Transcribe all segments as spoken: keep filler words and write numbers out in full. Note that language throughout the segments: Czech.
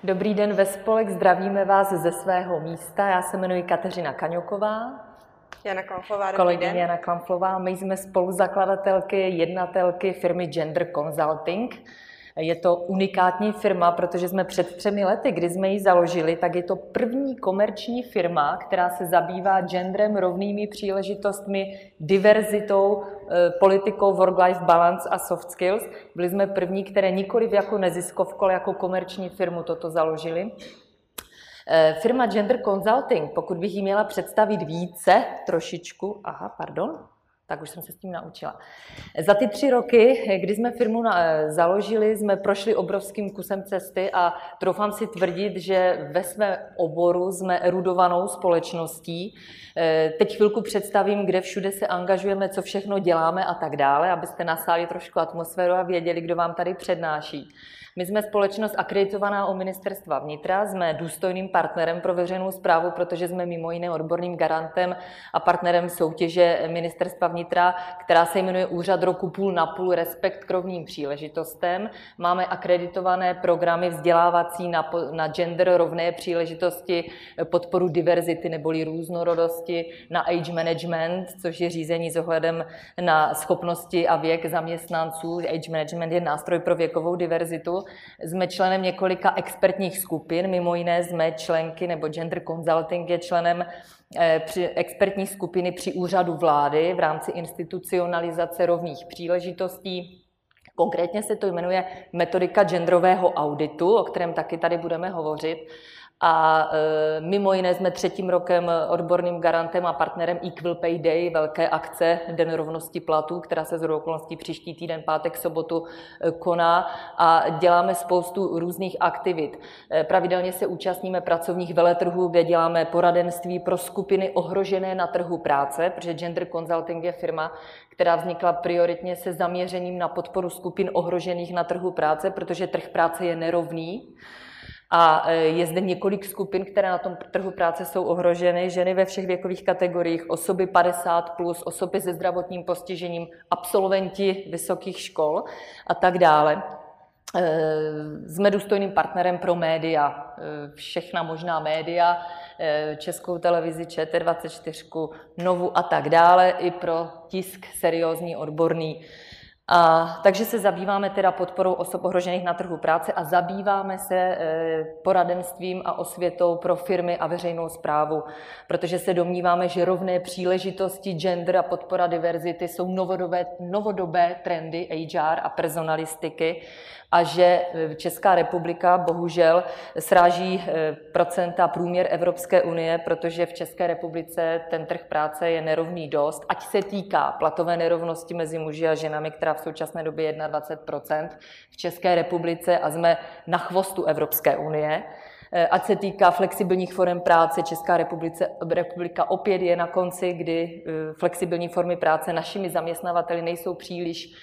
Dobrý den ve spolek, zdravíme vás ze svého místa. Já se jmenuji Kateřina Kaňoková. Jana Klamflová, dobrý Kolegyně den. Jana Klamflová. My jsme spoluzakladatelky, jednatelky firmy Gender Consulting. Je to unikátní firma, protože jsme před třemi lety, kdy jsme ji založili, tak je to první komerční firma, která se zabývá genderem, rovnými příležitostmi, diverzitou, politikou, work-life balance a soft skills. Byli jsme první, které nikoliv jako neziskovku, ale jako komerční firmu toto založili. Firma Gender Consulting, pokud bych ji měla představit více, trošičku, aha, pardon, tak už jsem se s tím naučila. Za ty tři roky, kdy jsme firmu založili, jsme prošli obrovským kusem cesty a troufám si tvrdit, že ve svém oboru jsme erudovanou společností. Teď chvilku představím, kde všude se angažujeme, co všechno děláme a tak dále, abyste nasáli trošku atmosféru a věděli, kdo vám tady přednáší. My jsme společnost akreditovaná u Ministerstva vnitra, jsme důstojným partnerem pro veřejnou správu, protože jsme mimo jiné odborným garantem a partnerem soutěže Ministerstva vnitra, která se jmenuje Úřad roku půl na půl, respekt k rovným příležitostem. Máme akreditované programy vzdělávací na, na gender, rovné příležitosti, podporu diverzity neboli různorodosti, na age management, což je řízení s ohledem na schopnosti a věk zaměstnanců. Age management je nástroj pro věkovou diverzitu. Jsme členem několika expertních skupin, mimo jiné jsme členky, nebo Gender Consulting je členem při expertní skupiny při úřadu vlády v rámci institucionalizace rovných příležitostí. Konkrétně se to jmenuje metodika genderového auditu, o kterém taky tady budeme hovořit. A e, mimo jiné jsme třetím rokem odborným garantem a partnerem Equal Pay Day, velké akce Den rovnosti platů, která se shodou okolností příští týden, pátek, sobotu e, koná a děláme spoustu různých aktivit. E, pravidelně se účastníme pracovních veletrhů, kde děláme poradenství pro skupiny ohrožené na trhu práce, protože Gender Consulting je firma, která vznikla prioritně se zaměřením na podporu skupin ohrožených na trhu práce, protože trh práce je nerovný. A je zde několik skupin, které na tom trhu práce jsou ohroženy, ženy ve všech věkových kategoriích, osoby padesát plus, osoby se zdravotním postižením, absolventi vysokých škol a tak dále. Jsme důstojným partnerem pro média, všechna možná média, Českou televizi, Č T dvacet čtyři, Novu a tak dále, i pro tisk seriózní, odborný. A, takže se zabýváme teda podporou osob ohrožených na trhu práce a zabýváme se e, poradenstvím a osvětou pro firmy a veřejnou správu, protože se domníváme, že rovné příležitosti, gender a podpora diverzity jsou novodobé, novodobé trendy H R a personalistiky a že Česká republika bohužel sráží procenta průměr Evropské unie, protože v České republice ten trh práce je nerovný dost, ať se týká platové nerovnosti mezi muži a ženami, která v současné době je dvacet jedna procent v České republice a jsme na chvostu Evropské unie. Ať se týká flexibilních forem práce, Česká republice, republika opět je na konci, kdy flexibilní formy práce našimi zaměstnavateli nejsou příliš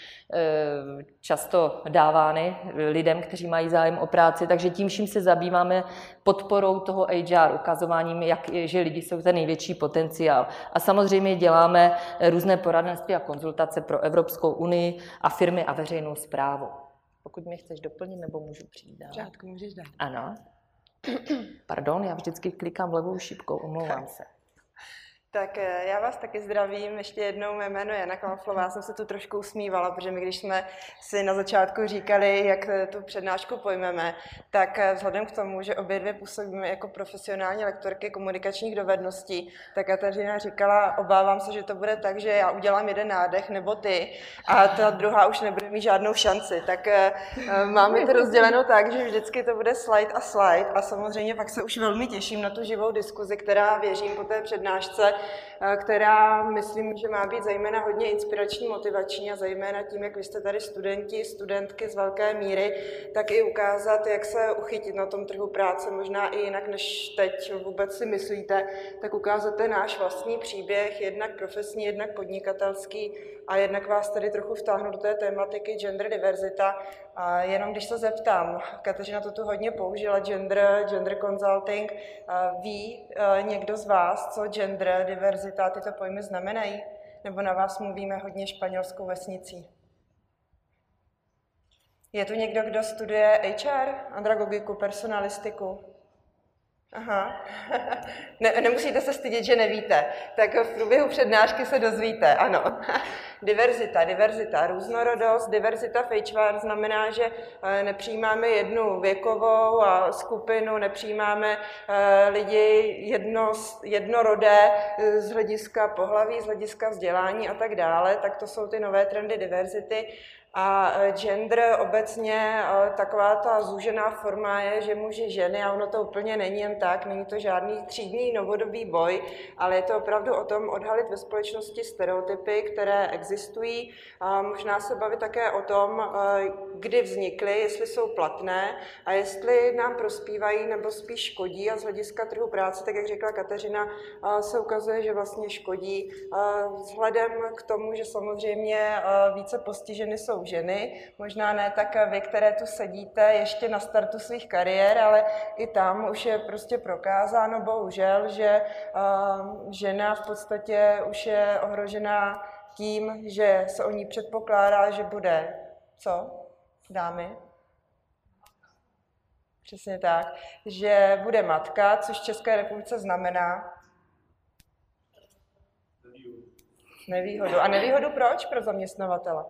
často dávány lidem, kteří mají zájem o práci, takže tím vším se zabýváme podporou toho H R, ukazováním, jak, že lidi jsou ten největší potenciál. A samozřejmě děláme různé poradenství a konzultace pro Evropskou unii a firmy a veřejnou správu. Pokud mě chceš doplnit, nebo můžu přijít dál? Řádku, můžeš dát. Ano. Pardon, já vždycky klikám levou šipkou, omlouvám se. Tak já vás taky zdravím, ještě jednou mé jméno je Jana Klamflová, já jsem se tu trošku usmívala, protože my když jsme si na začátku říkali, jak tu přednášku pojmeme, tak vzhledem k tomu, že obě dvě působíme jako profesionální lektorky komunikačních dovedností, tak Kateřina říkala, obávám se, že to bude tak, že já udělám jeden nádech nebo ty a ta druhá už nebude mít žádnou šanci. Tak máme to rozděleno tak, že vždycky to bude slide a slide a samozřejmě pak se už velmi těším na tu živou diskuzi, která věřím po té přednášce, která myslím, že má být zejména hodně inspirační, motivační a zejména tím, jak vy jste tady studenti, studentky z velké míry, tak i ukázat, jak se uchytit na tom trhu práce, možná i jinak, než teď vůbec si myslíte, tak ukázat ten náš vlastní příběh, jednak profesní, jednak podnikatelský a jednak vás tady trochu vtáhnu do té tématiky gender diverzita. A jenom když se zeptám, Kateřina to tu hodně použila, gender, gender consulting, ví někdo z vás, co gender diverzita, tyto pojmy znamenají? Nebo na vás mluvíme hodně španělskou vesnicí? Je tu někdo, kdo studuje H R, andragogiku, personalistiku? Aha, ne, nemusíte se stydět, že nevíte. Tak v průběhu přednášky se dozvíte, ano. Diverzita, diverzita, různorodost, diverzita v H R znamená, že nepřijímáme jednu věkovou skupinu, nepřijímáme lidi jedno, jednorodé z hlediska pohlaví, z hlediska vzdělání a tak dále, tak to jsou ty nové trendy diverzity. A gender obecně, taková ta zúžená forma je, že muži, ženy, a ono to úplně není jen tak, není to žádný třídní novodobý boj, ale je to opravdu o tom odhalit ve společnosti stereotypy, které existují. A možná se bavit také o tom, kdy vznikly, jestli jsou platné a jestli nám prospívají nebo spíš škodí. A z hlediska trhu práce, tak jak řekla Kateřina, se ukazuje, že vlastně škodí. Vzhledem k tomu, že samozřejmě více postiženy jsou ženy, možná ne tak vy, které tu sedíte ještě na startu svých kariér, ale i tam už je prostě prokázáno, bohužel, že uh, žena v podstatě už je ohrožená tím, že se o ní předpokládá, že bude, co, dámy? Přesně tak, že bude matka, což v České republice znamená nevýhodu. A nevýhodu proč pro zaměstnavatele?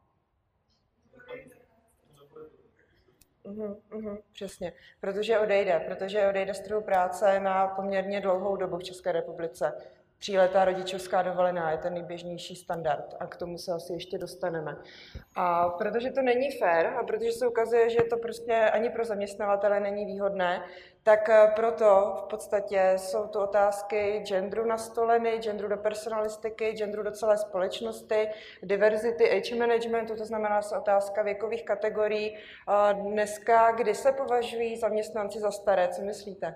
Uhum, uhum, přesně, protože odejde, protože odejde z trhu práce na poměrně dlouhou dobu v České republice. Tříletá rodičovská dovolená je ten nejběžnější standard a k tomu se asi ještě dostaneme. A protože to není fér a protože se ukazuje, že to prostě ani pro zaměstnavatele není výhodné, tak proto v podstatě jsou tu otázky genderu nastoleny, genderu do personalistiky, genderu do celé společnosti, diverzity age managementu, to znamená se otázka věkových kategorií. Dneska, kdy se považují zaměstnanci za staré, co myslíte?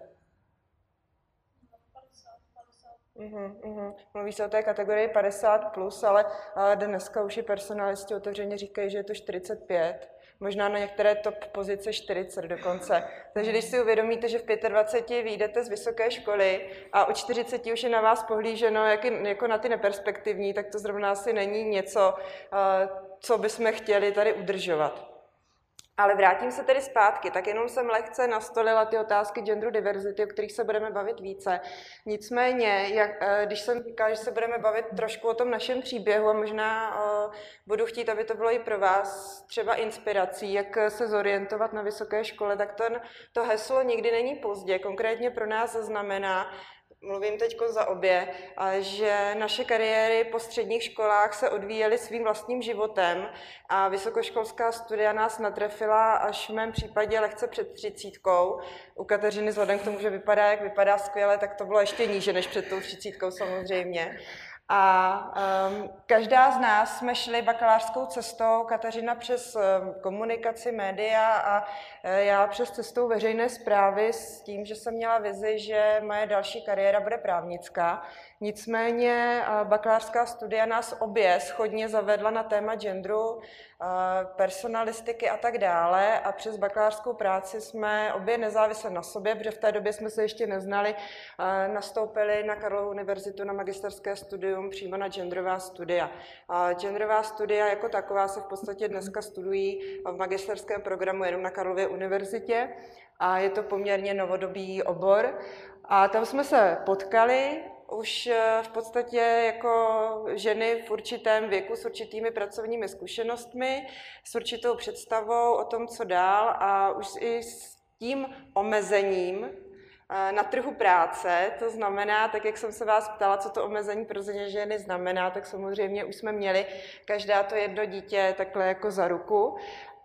Uhum, uhum. Mluví se o té kategorii padesát plus, ale dneska už i personalisti otevřeně říkají, že je to čtyřicet pět, možná na některé top pozice čtyřicet dokonce. Takže když si uvědomíte, že v dvaceti pěti vyjdete z vysoké školy a u čtyřiceti už je na vás pohlíženo jak, jako na ty neperspektivní, tak to zrovna asi není něco, co bychom chtěli tady udržovat. Ale vrátím se tedy zpátky, tak jenom jsem lehce nastolila ty otázky genderu diverzity, o kterých se budeme bavit více. Nicméně, jak, když jsem říkala, že se budeme bavit trošku o tom našem příběhu a možná uh, budu chtít, aby to bylo i pro vás třeba inspirací, jak se zorientovat na vysoké škole, tak ten, to heslo nikdy není pozdě. Konkrétně pro nás znamená, mluvím teď za obě, že naše kariéry po středních školách se odvíjely svým vlastním životem a vysokoškolská studia nás natrefila až v mém případě lehce před třicítkou. U Kateřiny vzhledem k tomu, že vypadá, jak vypadá skvěle, tak to bylo ještě níže než před tou třicítkou samozřejmě. A um, každá z nás jsme šli bakalářskou cestou, Kateřina přes um, komunikaci, média a e, já přes cestou veřejné správy s tím, že jsem měla vizi, že moje další kariéra bude právnická. Nicméně bakalářská studia nás obě shodně zavedla na téma genderu, personalistiky a tak dále a přes bakalářskou práci jsme obě nezávisle na sobě, protože v té době jsme se ještě neznali, nastoupili na Karlovu univerzitu na magisterské studium přímo na genderová studia. Genderová studia jako taková se v podstatě dneska studují v magisterském programu jenom na Karlově univerzitě a je to poměrně novodobý obor. A tam jsme se potkali už v podstatě jako ženy v určitém věku s určitými pracovními zkušenostmi, s určitou představou o tom, co dál a už i s tím omezením na trhu práce, to znamená, tak jak jsem se vás ptala, co to omezení pro ženy znamená, tak samozřejmě už jsme měli každá to jedno dítě takhle jako za ruku.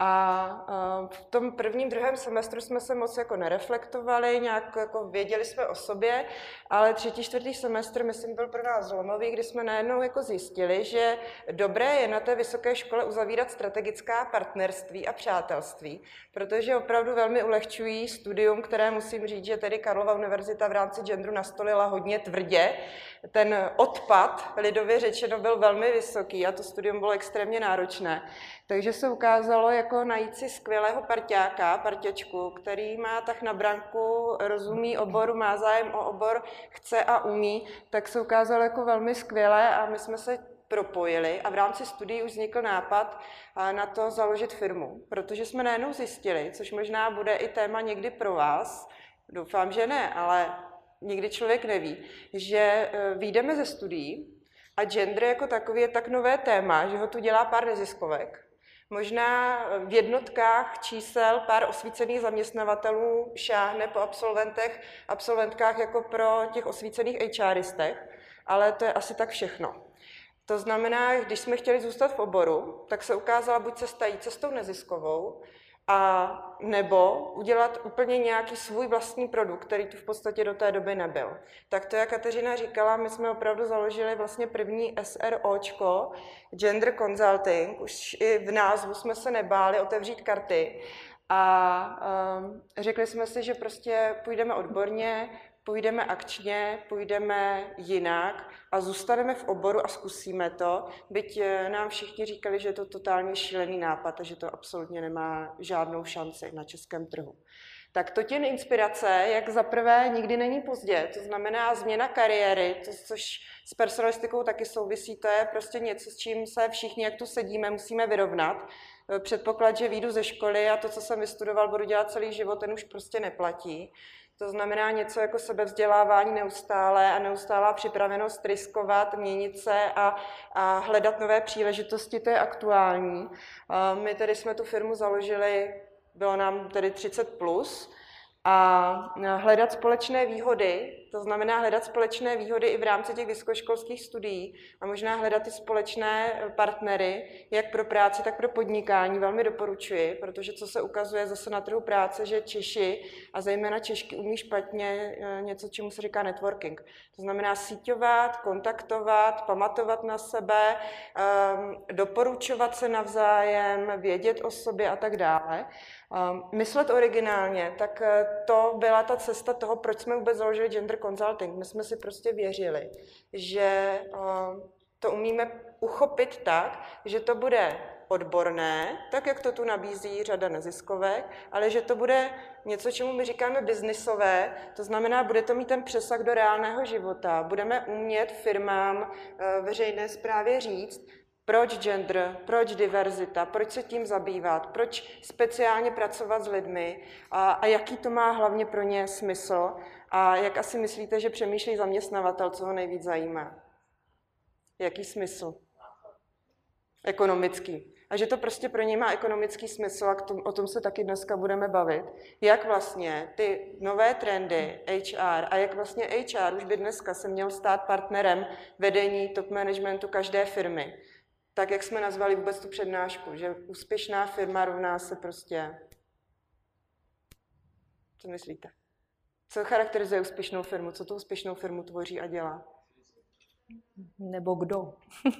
A v tom prvním, druhém semestru jsme se moc jako nereflektovali, nějak jako věděli jsme o sobě, ale třetí, čtvrtý semestr, myslím, byl pro nás zlomový, kdy jsme najednou jako zjistili, že dobré je na té vysoké škole uzavírat strategická partnerství a přátelství, protože opravdu velmi ulehčují studium, které musím říct, že tedy Karlova univerzita v rámci genderu nastolila hodně tvrdě. Ten odpad, lidově řečeno, byl velmi vysoký a to studium bylo extrémně náročné. Takže se ukázalo jako najít si skvělého parťáka, parťačku, který má tak na branku, rozumí oboru, má zájem o obor, chce a umí, tak se ukázalo jako velmi skvělé a my jsme se propojili a v rámci studií už vznikl nápad na to založit firmu, protože jsme najednou zjistili, což možná bude i téma někdy pro vás, doufám, že ne, ale nikdy člověk neví, že vyjdeme ze studií a gender jako takový je tak nové téma, že ho tu dělá pár neziskovek. Možná v jednotkách čísel pár osvícených zaměstnavatelů šáhne po absolventech, absolventkách jako pro těch osvícených HRistech, ale to je asi tak všechno. To znamená, když jsme chtěli zůstat v oboru, tak se ukázala buď cesta jít cestou neziskovou, a nebo udělat úplně nějaký svůj vlastní produkt, který tu v podstatě do té doby nebyl. Tak to, jak Kateřina říkala, my jsme opravdu založili vlastně první SROčko, Gender Consulting, už i v názvu jsme se nebáli otevřít karty a um, řekli jsme si, že prostě půjdeme odborně, půjdeme akčně, půjdeme jinak a zůstaneme v oboru a zkusíme to, byť nám všichni říkali, že je to totálně šílený nápad a že to absolutně nemá žádnou šanci na českém trhu. Tak to je inspirace, jak zaprvé nikdy není pozdě, to znamená změna kariéry, to, což s personalistikou taky souvisí, to je prostě něco, s čím se všichni, jak tu sedíme, musíme vyrovnat. Předpoklad, že vyjdu ze školy a to, co jsem vystudoval, budu dělat celý život, ten už prostě neplatí. To znamená něco jako sebevzdělávání neustále a neustálá připravenost riskovat, měnit se a, a hledat nové příležitosti, to je aktuální. My tedy jsme tu firmu založili, bylo nám tedy třicet plus, a hledat společné výhody, to znamená hledat společné výhody i v rámci těch vysokoškolských studií a možná hledat i společné partnery, jak pro práci, tak pro podnikání, velmi doporučuji, protože co se ukazuje zase na trhu práce, že Češi a zejména Češky umí špatně něco, čemu se říká networking. To znamená síťovat, kontaktovat, pamatovat na sebe, doporučovat se navzájem, vědět o sobě a tak dále. Myslet originálně, tak to byla ta cesta toho, proč jsme vůbec založili Gender Consulting. My jsme si prostě věřili, že to umíme uchopit tak, že to bude odborné, tak jak to tu nabízí řada neziskovek, ale že to bude něco, čemu my říkáme biznisové, to znamená, bude to mít ten přesah do reálného života. Budeme umět firmám, veřejné správě říct, proč gender, proč diverzita, proč se tím zabývat, proč speciálně pracovat s lidmi a, a jaký to má hlavně pro ně smysl a jak asi myslíte, že přemýšlí zaměstnavatel, co ho nejvíc zajímá? Jaký smysl? Ekonomický. A že to prostě pro něj má ekonomický smysl a tom, o tom se taky dneska budeme bavit. Jak vlastně ty nové trendy H R a jak vlastně H R už by dneska se měl stát partnerem vedení top managementu každé firmy. Tak, jak jsme nazvali vůbec tu přednášku, že úspěšná firma rovná se prostě... Co myslíte? Co charakterizuje úspěšnou firmu? Co tu úspěšnou firmu tvoří a dělá? Nebo kdo?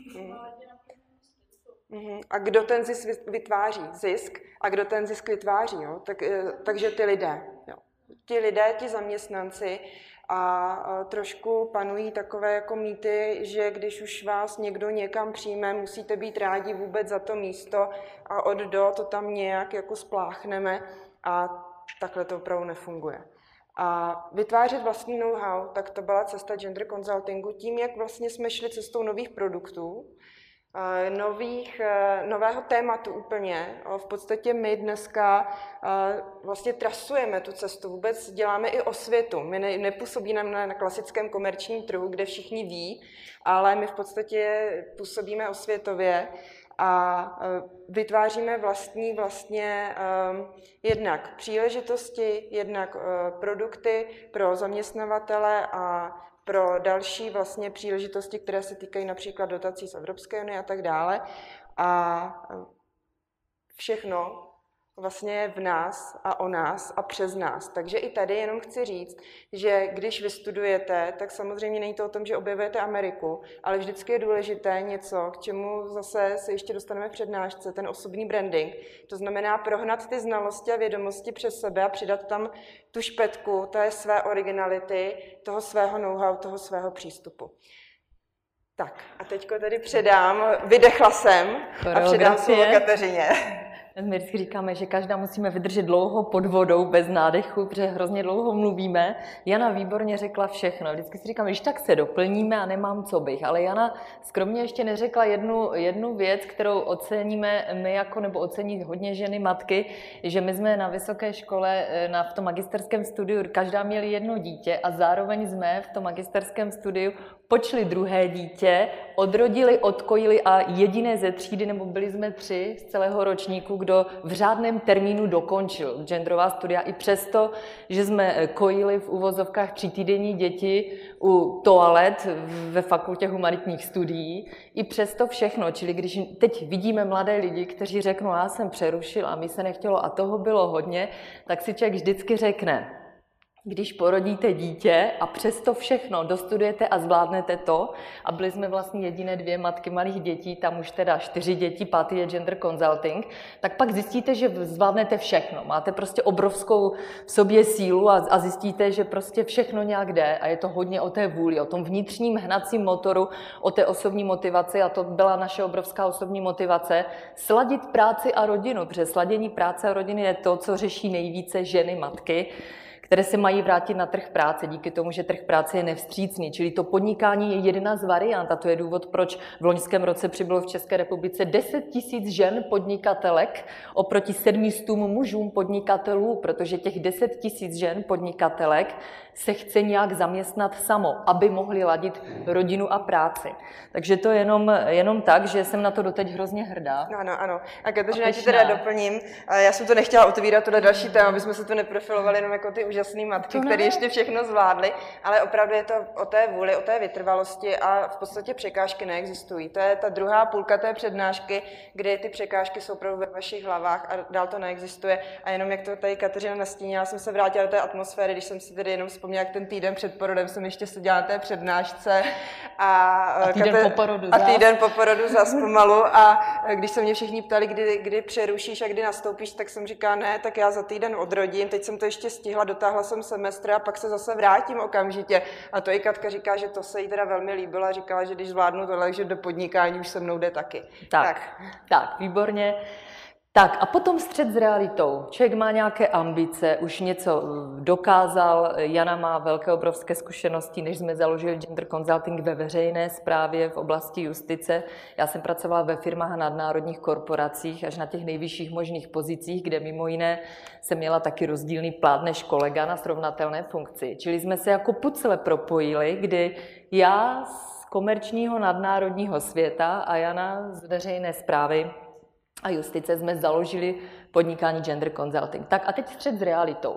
Mm. A kdo ten zisk vytváří? Zisk. A kdo ten zisk vytváří? Jo? Tak, takže ty lidé. Jo. Ti lidé, ti zaměstnanci, a trošku panují takové jako mýty, že když už vás někdo někam přijme, musíte být rádi vůbec za to místo a od do to tam nějak jako spláchneme a takhle to opravdu nefunguje. A vytvářet vlastní know-how, tak to byla cesta Gender Consultingu tím, jak vlastně jsme šli cestou nových produktů, nových, nového tématu úplně. V podstatě my dneska vlastně trasujeme tu cestu, vůbec děláme i osvětu. My ne, nepůsobíme na klasickém komerčním trhu, kde všichni ví, ale my v podstatě působíme osvětově a vytváříme vlastní vlastně jednak příležitosti, jednak produkty pro zaměstnavatele a pro další vlastně příležitosti, které se týkají například dotací z Evropské unie a tak dále. A všechno vlastně je v nás a o nás a přes nás. Takže i tady jenom chci říct, že když vystudujete, tak samozřejmě není to o tom, že objevujete Ameriku, ale vždycky je důležité něco, k čemu zase se ještě dostaneme v přednášce, ten osobní branding. To znamená prohnat ty znalosti a vědomosti přes sebe a přidat tam tu špetku té své originality, toho svého know-how, toho svého přístupu. Tak a teďko tady předám, vydechla jsem a předám slovo Kateřině. My vždycky říkáme, že každá musíme vydržet dlouho pod vodou, bez nádechu, protože hrozně dlouho mluvíme. Jana výborně řekla všechno. Vždycky si říkáme, když tak se doplníme a nemám co bych. Ale Jana skromně ještě neřekla jednu, jednu věc, kterou oceníme my jako, nebo ocení hodně ženy, matky, že my jsme na vysoké škole, na, v tom magisterském studiu, každá měli jedno dítě a zároveň jsme v tom magisterském studiu počli druhé dítě, odrodili, odkojili a jediné ze třídy, nebo byli jsme tři z celého ročníku, kdo v řádném termínu dokončil genderová studia. I přesto, že jsme kojili v uvozovkách třítýdenní děti u toalet ve fakultě humanitních studií, i přesto všechno. Čili když teď vidíme mladé lidi, kteří řeknou, já jsem přerušil a mi se nechtělo a toho bylo hodně, tak si člověk vždycky řekne, když porodíte dítě a přesto všechno dostudujete a zvládnete to, a byli jsme vlastně jediné dvě matky malých dětí, tam už teda čtyři děti, pátý je gender consulting, tak pak zjistíte, že zvládnete všechno. Máte prostě obrovskou v sobě sílu a, a zjistíte, že prostě všechno nějak jde a je to hodně o té vůli, o tom vnitřním hnacím motoru, o té osobní motivaci a to byla naše obrovská osobní motivace. Sladit práci a rodinu, protože sladění práce a rodiny je to, co řeší nejvíce ženy, matky, které se mají vrátit na trh práce díky tomu, že trh práce je nevstřícný. Čili to podnikání je jedna z variant a to je důvod, proč v loňském roce přibylo v České republice deset tisíc žen podnikatelek oproti sedmi stům mužům podnikatelů, protože těch deset tisíc žen podnikatelek se chce nějak zaměstnat samo, aby mohli ladit rodinu a práci. Takže to je jenom, jenom tak, že jsem na to doteď hrozně hrdá. Ano, ano. A Kateřina, já ti teda doplním. Já jsem to nechtěla otevírat tohle další téma, aby jsme se tu neprofilovali jenom jako ty úžasné matky, které ještě všechno zvládly, ale opravdu je to o té vůli, o té vytrvalosti a v podstatě překážky neexistují. To je ta druhá půlka té přednášky, kde ty překážky jsou opravdu ve vašich hlavách a dál to neexistuje. A jenom jak to tady Kateřina nastínila, jsem se vrátila do té atmosféry, když jsem si tedy jenom vzpomněla, jak ten týden před porodem jsem ještě seděla na té přednášce a, a týden Kate... po porodu a týden po porodu zas pomalu a když se mě všichni ptali, kdy, kdy přerušíš a kdy nastoupíš, tak jsem říkala, ne, tak já za týden odrodím, teď jsem to ještě stihla, dotáhla jsem semestr a pak se zase vrátím okamžitě. A to i Katka říká, že to se jí teda velmi líbilo a říkala, že když zvládnu tohle, že do podnikání už se mnou jde taky. Tak, tak, tak výborně. Tak a potom střet s realitou. Člověk má nějaké ambice, už něco dokázal. Jana má velké, obrovské zkušenosti, než jsme založili Gender Consulting ve veřejné správě v oblasti justice. Já jsem pracovala ve firmách a nadnárodních korporacích až na těch nejvyšších možných pozicích, kde mimo jiné jsem měla taky rozdílný plát než kolega na srovnatelné funkci. Čili jsme se jako pucle propojili, kdy já z komerčního nadnárodního světa a Jana z veřejné správy a justice jsme založili podnikání Gender Consulting. Tak a teď střet s realitou.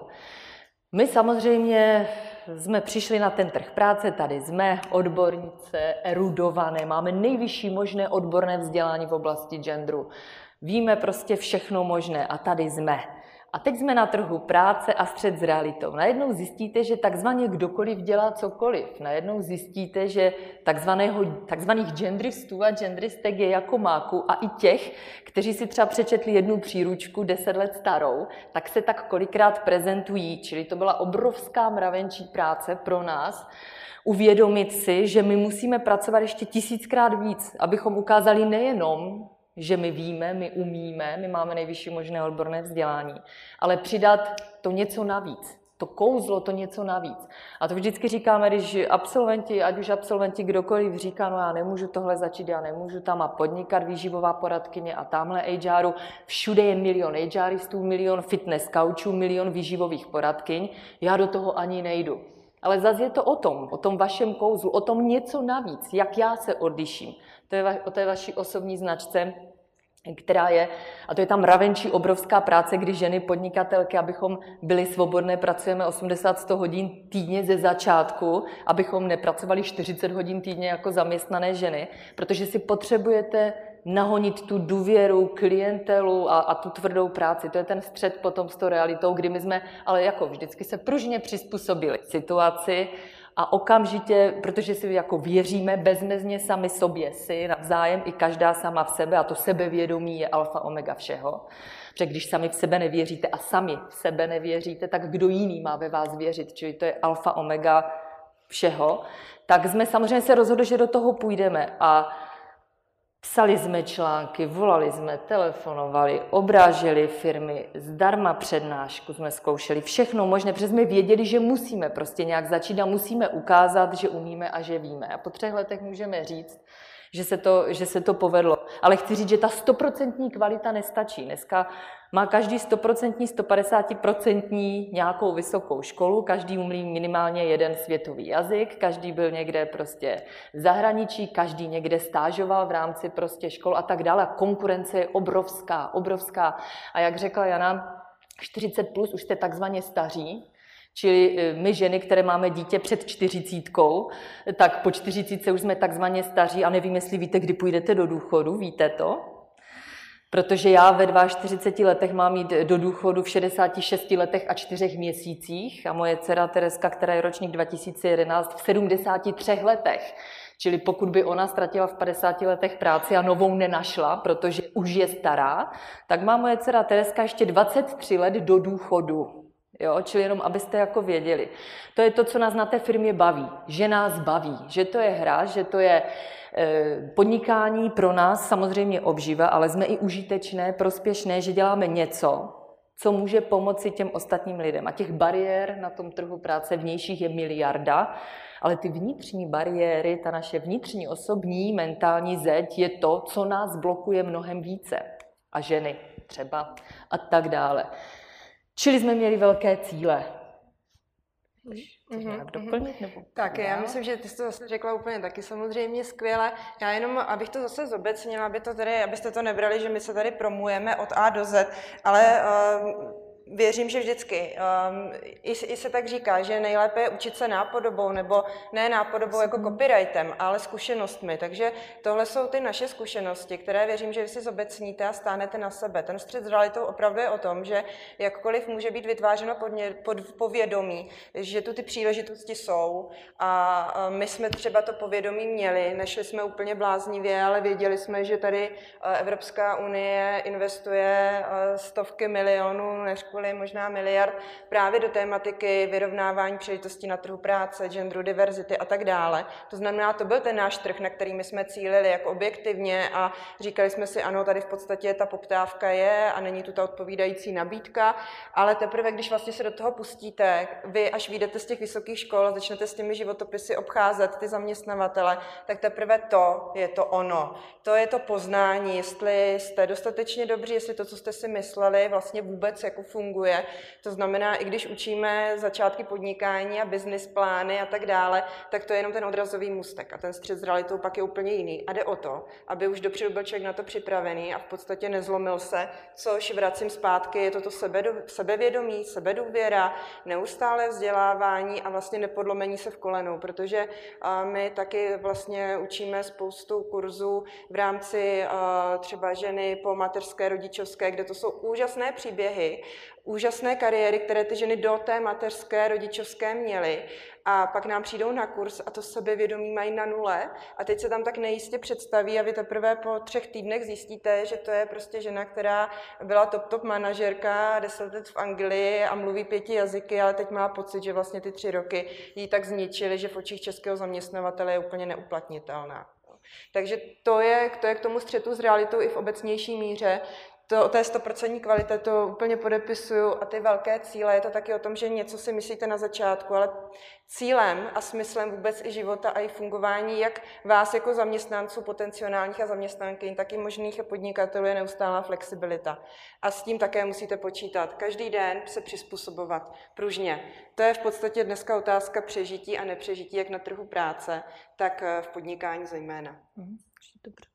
My samozřejmě jsme přišli na ten trh práce, tady jsme odbornice, erudované, máme nejvyšší možné odborné vzdělání v oblasti genderu. Víme prostě všechno možné a tady jsme. A teď jsme na trhu práce a střet s realitou. Najednou zjistíte, že takzvaně kdokoliv dělá cokoliv. Najednou zjistíte, že takzvaného, takzvaných genderistů a genderistek je jako máku a i těch, kteří si třeba přečetli jednu příručku deset let starou, tak se tak kolikrát prezentují. Čili to byla obrovská mravenčí práce pro nás, uvědomit si, že my musíme pracovat ještě tisíckrát víc, abychom ukázali nejenom, že my víme, my umíme, my máme nejvyšší možné odborné vzdělání, ale přidat to něco navíc, to kouzlo, to něco navíc. A to vždycky říkáme, když absolventi, ať už absolventi kdokoliv říká, no já nemůžu tohle začít, já nemůžu tam a podnikat, výživová poradkyně a tamhle há eru, všude je milion HRistů, milion fitness coachů, milion výživových poradkyň, já do toho ani nejdu. Ale zase je to o tom, o tom vašem kouzlu, o tom něco navíc, jak já se odliším. To je o té vaší osobní značce, která je, a to je tam mravenčí obrovská práce, kdy ženy podnikatelky, abychom byli svobodné, pracujeme osmdesát až sto hodin týdně ze začátku, abychom nepracovali čtyřicet hodin týdně jako zaměstnané ženy, protože si potřebujete nahonit tu důvěru, klientelu a, a tu tvrdou práci. To je ten střet potom s tou realitou, kdy my jsme, ale jako vždycky se pružně přizpůsobili situaci a okamžitě, protože si jako věříme bezmezně sami sobě si, navzájem i každá sama v sebe, a to sebevědomí je alfa omega všeho. Protože když sami v sebe nevěříte a sami v sebe nevěříte, tak kdo jiný má ve vás věřit, čili to je alfa omega všeho, tak jsme samozřejmě se rozhodli, že do toho půjdeme. A Psali jsme články, volali jsme, telefonovali, obráželi firmy, zdarma přednášku jsme zkoušeli, všechno možné, protože jsme věděli, že musíme prostě nějak začít a musíme ukázat, že umíme a že víme. A po třech letech můžeme říct, že se to, že se to povedlo. Ale chci říct, že ta stoprocentní kvalita nestačí. Dneska má každý stoprocentní, stopadesátprocentní nějakou vysokou školu, každý umí minimálně jeden světový jazyk, každý byl někde prostě v zahraničí, každý někde stážoval v rámci prostě škol a tak dále. Konkurence je obrovská, obrovská. A jak řekla Jana, čtyřicet plus už jste takzvaně staří, čili my ženy, které máme dítě před čtyřicítkou, tak po čtyřicítce už jsme takzvaně staří a nevím, jestli víte, kdy půjdete do důchodu, víte to? Protože já ve čtyřiceti dvou letech mám jít do důchodu v šedesáti šesti letech a čtyřech měsících a moje dcera Tereska, která je ročník dva tisíce jedenáct, v sedmdesáti třech letech. Čili pokud by ona ztratila v padesáti letech práci a novou nenašla, protože už je stará, tak má moje dcera Tereska ještě dvacet tři let do důchodu. Jo, čili jenom, abyste jako věděli. To je to, co nás na té firmě baví. Že nás baví, že to je hra, že to je e, podnikání pro nás samozřejmě obživa, ale jsme i užitečné, prospěšné, že děláme něco, co může pomoci těm ostatním lidem. A těch bariér na tom trhu práce vnějších je miliarda, ale ty vnitřní bariéry, ta naše vnitřní osobní mentální zeď je to, co nás blokuje mnohem více. A ženy třeba a tak dále. Čili jsme měli velké cíle. Mm-hmm. Doplnit, nebo tak já myslím, že ty jsi to zase řekla úplně taky samozřejmě skvěle. Já jenom, abych to zase zobecnila, aby to tady, abyste to nebrali, že my se tady promujeme od A do Z, ale uh, věřím, že vždycky. Um, i, I se tak říká, že nejlépe je učit se nápodobou, nebo ne nápodobou jako copyrightem, ale zkušenostmi. Takže tohle jsou ty naše zkušenosti, které věřím, že vy si zobecníte a stánete na sebe. Ten střed s realitou opravdu je o tom, že jakkoliv může být vytvářeno podně, pod povědomí, že tu ty příležitosti jsou a my jsme třeba to povědomí měli, nešli jsme úplně bláznivě, ale věděli jsme, že tady Evropská unie investuje stovky milionů, než kvůli možná miliard právě do tématiky vyrovnávání příležitostí na trhu práce, genderu, diverzity a tak dále. To znamená, to byl ten náš trh, na který my jsme cílili jako objektivně a říkali jsme si, ano, tady v podstatě ta poptávka je a není tu ta odpovídající nabídka, ale teprve, když vlastně se do toho pustíte, vy až vyjdete z těch vysokých škol a začnete s těmi životopisy obcházet ty zaměstnavatele, tak teprve to je to ono. To je to poznání, jestli jste dostatečně dobří, jestli to, co jste si mysleli, vlastně vůbec jako funguje. To znamená, i když učíme začátky podnikání a business plány a tak dále, tak to je jenom ten odrazový můstek a ten střed s realitou pak je úplně jiný. A jde o to, aby už dopředu byl člověk na to připravený a v podstatě nezlomil se, což vracím zpátky, je to to sebevědomí, sebedůvěra, neustále vzdělávání a vlastně nepodlomení se v kolenou, protože my taky vlastně učíme spoustu kurzů v rámci třeba ženy po mateřské, rodičovské, kde to jsou úžasné příběhy, úžasné kariéry, které ty ženy do té mateřské, rodičovské měly a pak nám přijdou na kurz a to sebevědomí mají na nule a teď se tam tak nejistě představí a vy teprve po třech týdnech zjistíte, že to je prostě žena, která byla top top manažerka, deset let v Anglii a mluví pěti jazyky, ale teď má pocit, že vlastně ty tři roky jí tak zničily, že v očích českého zaměstnavatele je úplně neuplatnitelná. Takže to je, to je k tomu střetu s realitou i v obecnější míře. To o té stoprocentní kvalitě to úplně podepisuju a ty velké cíle, je to taky o tom, že něco si myslíte na začátku, ale cílem a smyslem vůbec i života a i fungování jak vás jako zaměstnanců potenciálních a zaměstnankyň, tak i možných podnikatelů je neustálá flexibilita. A s tím také musíte počítat. Každý den se přizpůsobovat pružně. To je v podstatě dneska otázka přežití a nepřežití jak na trhu práce, tak v podnikání zejména. Mhm, dobře.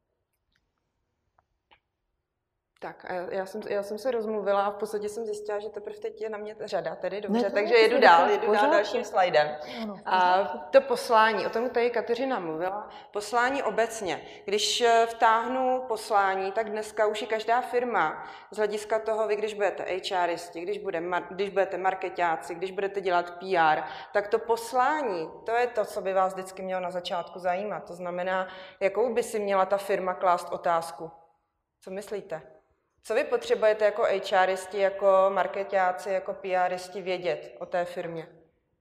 Tak a já jsem, já jsem se rozmluvila a v podstatě jsem zjistila, že teprve teď je na mě řada, tedy dobře, ne, takže jedu dál, jedu pořád, dál dalším slajdem. Ano, a to poslání, o tom tady Kateřina mluvila, poslání obecně. Když vtáhnu poslání, tak dneska už i každá firma z hlediska toho, vy když budete HRisti, když, bude, když budete marketáci, když budete dělat P R, tak to poslání, to je to, co by vás vždycky mělo na začátku zajímat. To znamená, jakou by si měla ta firma klást otázku. Co myslíte? Co vy potřebujete jako HRisti, jako marketáci, jako PRisti vědět o té firmě?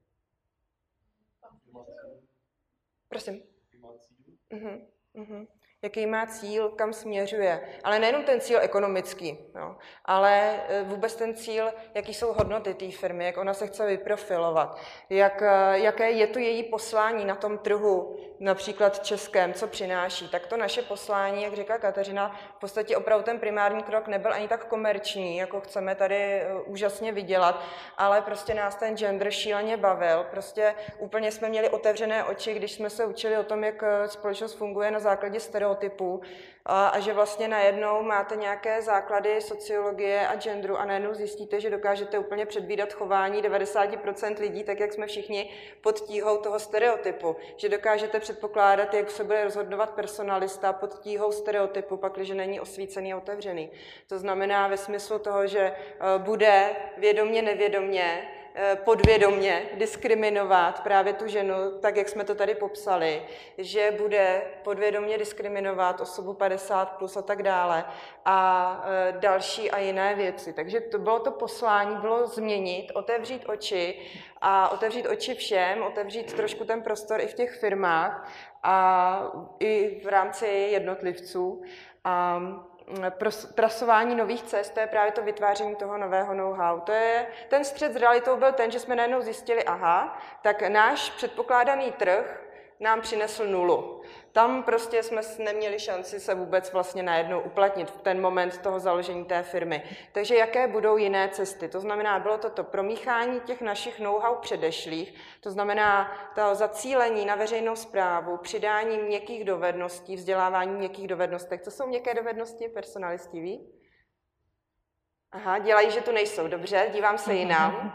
Prosím. Uh-huh, uh-huh. jaký má cíl, kam směřuje. Ale nejenom ten cíl ekonomický, jo, ale vůbec ten cíl, jaký jsou hodnoty té firmy, jak ona se chce vyprofilovat, jak, jaké je to její poslání na tom trhu, například českém, co přináší. Tak to naše poslání, jak říká Kateřina, v podstatě opravdu ten primární krok nebyl ani tak komerční, jako chceme tady úžasně vydělat, ale prostě nás ten gender šíleně bavil. Prostě úplně jsme měli otevřené oči, když jsme se učili o tom, jak společnost funguje na základě stereotypů a, a že vlastně najednou máte nějaké základy sociologie a genderu a najednou zjistíte, že dokážete úplně předvídat chování devadesát procent lidí, tak jak jsme všichni pod tíhou toho stereotypu. Že dokážete předpokládat, jak se bude rozhodovat personalista pod tíhou stereotypu, pakliže není osvícený a otevřený. To znamená ve smyslu toho, že bude vědomně, nevědomně, podvědomně diskriminovat právě tu ženu, tak jak jsme to tady popsali, že bude podvědomně diskriminovat osobu padesát plus a tak dále a další a jiné věci. Takže to bylo to poslání, bylo změnit, otevřít oči a otevřít oči všem, otevřít trošku ten prostor i v těch firmách a i v rámci jednotlivců. A trasování nových cest, to je právě to vytváření toho nového know-how. To je, ten střet s realitou byl ten, že jsme najednou zjistili, aha, tak náš předpokládaný trh nám přinesl nulu. Tam prostě jsme neměli šanci se vůbec vlastně najednou uplatnit v ten moment toho založení té firmy. Takže jaké budou jiné cesty? To znamená, bylo to to promíchání těch našich know-how předešlých, to znamená to zacílení na veřejnou správu, přidání měkkých dovedností, vzdělávání měkkých dovednostech. Co jsou měkké dovednosti? Personalisti ví? Aha, dělají, že tu nejsou. Dobře, dívám se jinam.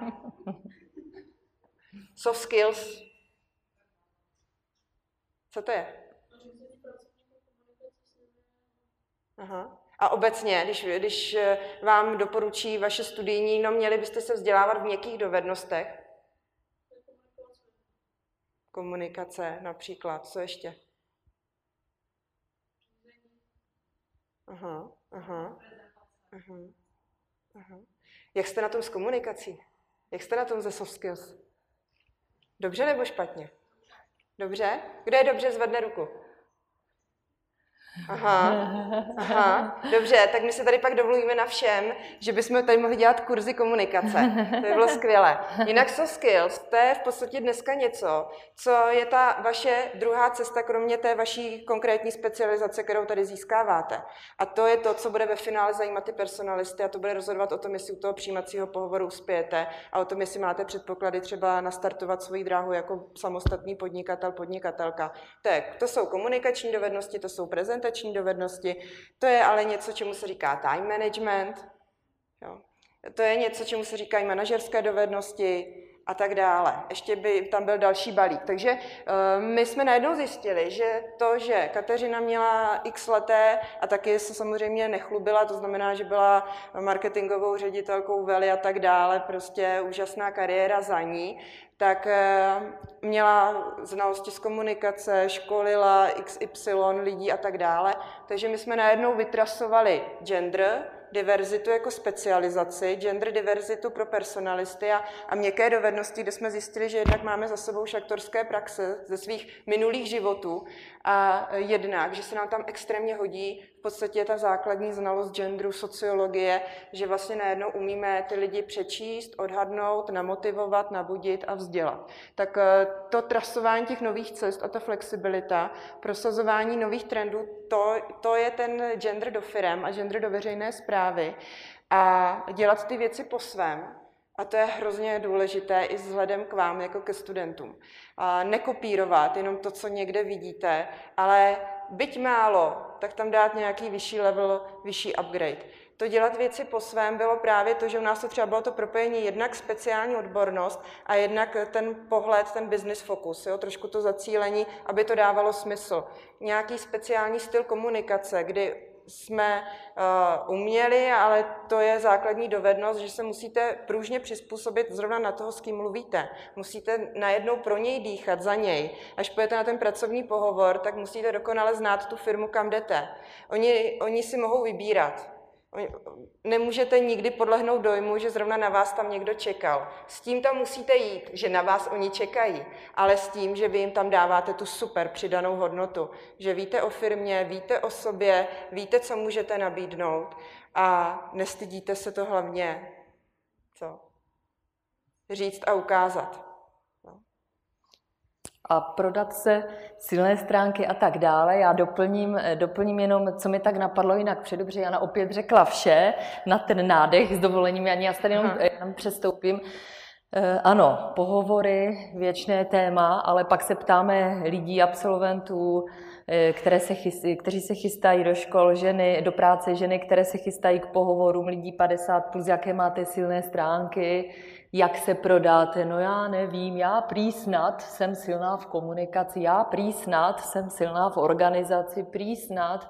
Soft skills. Co to je? Aha. A obecně, když, když vám doporučí vaše studijní, no měli byste se vzdělávat v měkkých dovednostech? Komunikace například. Co ještě? Aha, aha, aha, aha. Jak jste na tom s komunikací? Jak jste na tom ze soft skills? Dobře nebo špatně? Dobře? Kdo je dobře, zvedne ruku. Aha, aha, dobře, tak my se tady pak domluvíme na všem, že bychom tady mohli dělat kurzy komunikace. To by bylo skvělé. Jinak soft skills, to je v podstatě dneska něco, co je ta vaše druhá cesta, kromě té vaší konkrétní specializace, kterou tady získáváte. A to je to, co bude ve finále zajímat ty personalisty a to bude rozhodovat o tom, jestli u toho přijímacího pohovoru uspějete a o tom, jestli máte předpoklady třeba nastartovat svoji dráhu jako samostatný podnikatel, podnikatelka. Tak, to jsou komunikační dovednosti, to jsou prezentační dovednosti, to je ale něco, čemu se říká time management, jo. To je něco, čemu se říkají manažerské dovednosti a tak dále. Ještě by tam byl další balík. Takže uh, my jsme najednou zjistili, že to, že Kateřina měla x leté a taky se samozřejmě nechlubila, to znamená, že byla marketingovou ředitelkou Vely a tak dále, prostě úžasná kariéra za ní, tak měla znalosti z komunikace, školila iks ypsilon lidí a tak dále. Takže my jsme najednou vytrasovali gender, diverzitu jako specializaci, gender diverzitu pro personalisty a, a měkké dovednosti, kde jsme zjistili, že jednak máme za sebou šlechtorské praxe ze svých minulých životů a jednak, že se nám tam extrémně hodí v podstatě ta základní znalost genderu, sociologie, že vlastně najednou umíme ty lidi přečíst, odhadnout, namotivovat, nabudit a vzdělat. Tak to trasování těch nových cest a ta flexibilita, prosazování nových trendů, to, to je ten gender do firem a gender do veřejné správy a dělat ty věci po svém. A to je hrozně důležité i vzhledem k vám jako ke studentům. A nekopírovat jenom to, co někde vidíte, ale byť málo, tak tam dát nějaký vyšší level, vyšší upgrade. To dělat věci po svém bylo právě to, že u nás to třeba bylo to propojení jednak speciální odbornost a jednak ten pohled, ten business focus, jo, trošku to zacílení, aby to dávalo smysl. Nějaký speciální styl komunikace, kdy jsme uh, uměli, ale to je základní dovednost, že se musíte pružně přizpůsobit zrovna na toho, s kým mluvíte. Musíte najednou pro něj dýchat, za něj. Až půjdete na ten pracovní pohovor, tak musíte dokonale znát tu firmu, kam jdete. Oni, oni si mohou vybírat. Nemůžete nikdy podlehnout dojmu, že zrovna na vás tam někdo čekal. S tím tam musíte jít, že na vás oni čekají, ale s tím, že vy jim tam dáváte tu super přidanou hodnotu, že víte o firmě, víte o sobě, víte, co můžete nabídnout a nestydíte se to hlavně, co? Říct a ukázat. A prodat se, silné stránky a tak dále. Já doplním, doplním jenom, co mi tak napadlo jinak předobře. Jana opět řekla vše na ten nádech, s dovolením, Janí, já se tady jenom, jenom přestoupím. Ano, pohovory, věčné téma, ale pak se ptáme lidí, absolventů, které se chystí, kteří se chystají do škol, ženy, do práce, ženy, které se chystají k pohovorům, lidí padesát plus, jaké máte silné stránky, jak se prodáte, no já nevím, já prý snad jsem silná v komunikaci, já prý snad jsem silná v organizaci, prý snad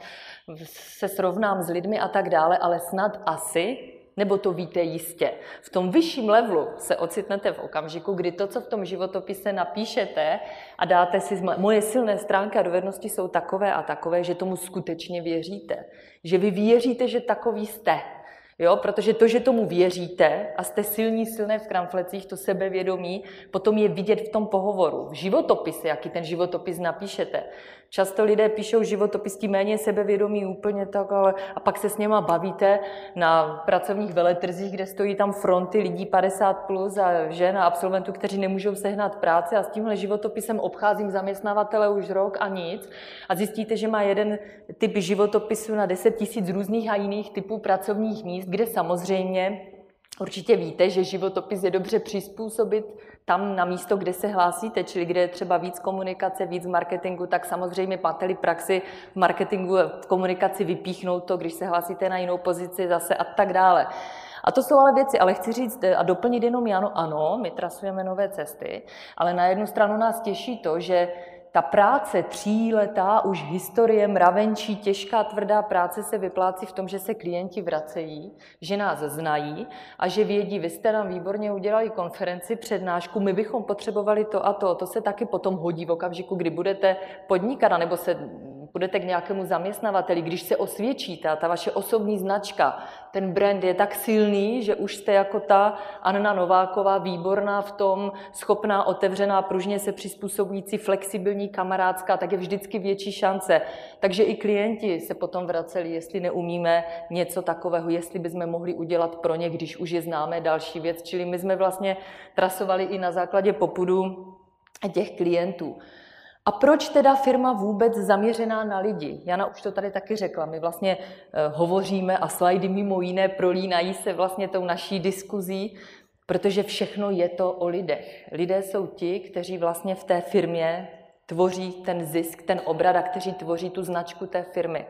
se srovnám s lidmi a tak dále, ale snad asi, nebo to víte jistě. V tom vyšším levelu se ocitnete v okamžiku, kdy to, co v tom životopise napíšete a dáte si, moje silné stránky a dovednosti jsou takové a takové, že tomu skutečně věříte. Že vy věříte, že takový jste. Jo, protože to, že tomu věříte a jste silní, silné v kramflecích, to sebevědomí, potom je vidět v tom pohovoru. V životopise, jaký ten životopis napíšete. Často lidé píšou životopis tím méně sebevědomí úplně tak, ale a pak se s něma bavíte na pracovních veletrzích, kde stojí tam fronty lidí padesát plus a žen a absolventů, kteří nemůžou sehnat práci a s tímhle životopisem obcházím zaměstnavatele už rok a nic a zjistíte, že má jeden typ životopisu na deset tisíc různých a jiných typů pracovních míst, kde samozřejmě určitě víte, že životopis je dobře přizpůsobit tam na místo, kde se hlásíte, čili kde je třeba víc komunikace, víc marketingu, tak samozřejmě máte-li praxi v marketingu, v komunikaci vypíchnout to, když se hlásíte na jinou pozici zase a tak dále. A to jsou ale věci, ale chci říct a doplnit jenom Jano, ano, my trasujeme nové cesty, ale na jednu stranu nás těší to, že ta práce tříletá, už historie mravenčí, těžká, tvrdá práce se vyplácí v tom, že se klienti vracejí, že nás znají a že vědí, vy jste nám výborně udělali konferenci, přednášku, my bychom potřebovali to a to. To se taky potom hodí v okamžiku, kdy budete podnikat, nebo se budete k nějakému zaměstnavateli, když se osvědčíte a ta vaše osobní značka, ten brand je tak silný, že už jste jako ta Anna Nováková výborná v tom, schopná, otevřená, pružně se přizpůsobující, flexibilní, kamarádská, tak je vždycky větší šance. Takže i klienti se potom vraceli, jestli neumíme něco takového, jestli bychom mohli udělat pro ně, když už je známe další věc. Čili my jsme vlastně trasovali i na základě popudu těch klientů. A proč teda firma vůbec zaměřená na lidi? Jana už to tady taky řekla. My vlastně hovoříme a slajdy mimo jiné prolínají se vlastně tou naší diskuzí, protože všechno je to o lidech. Lidé jsou ti, kteří vlastně v té firmě tvoří ten zisk, ten obrat a kteří tvoří tu značku té firmy.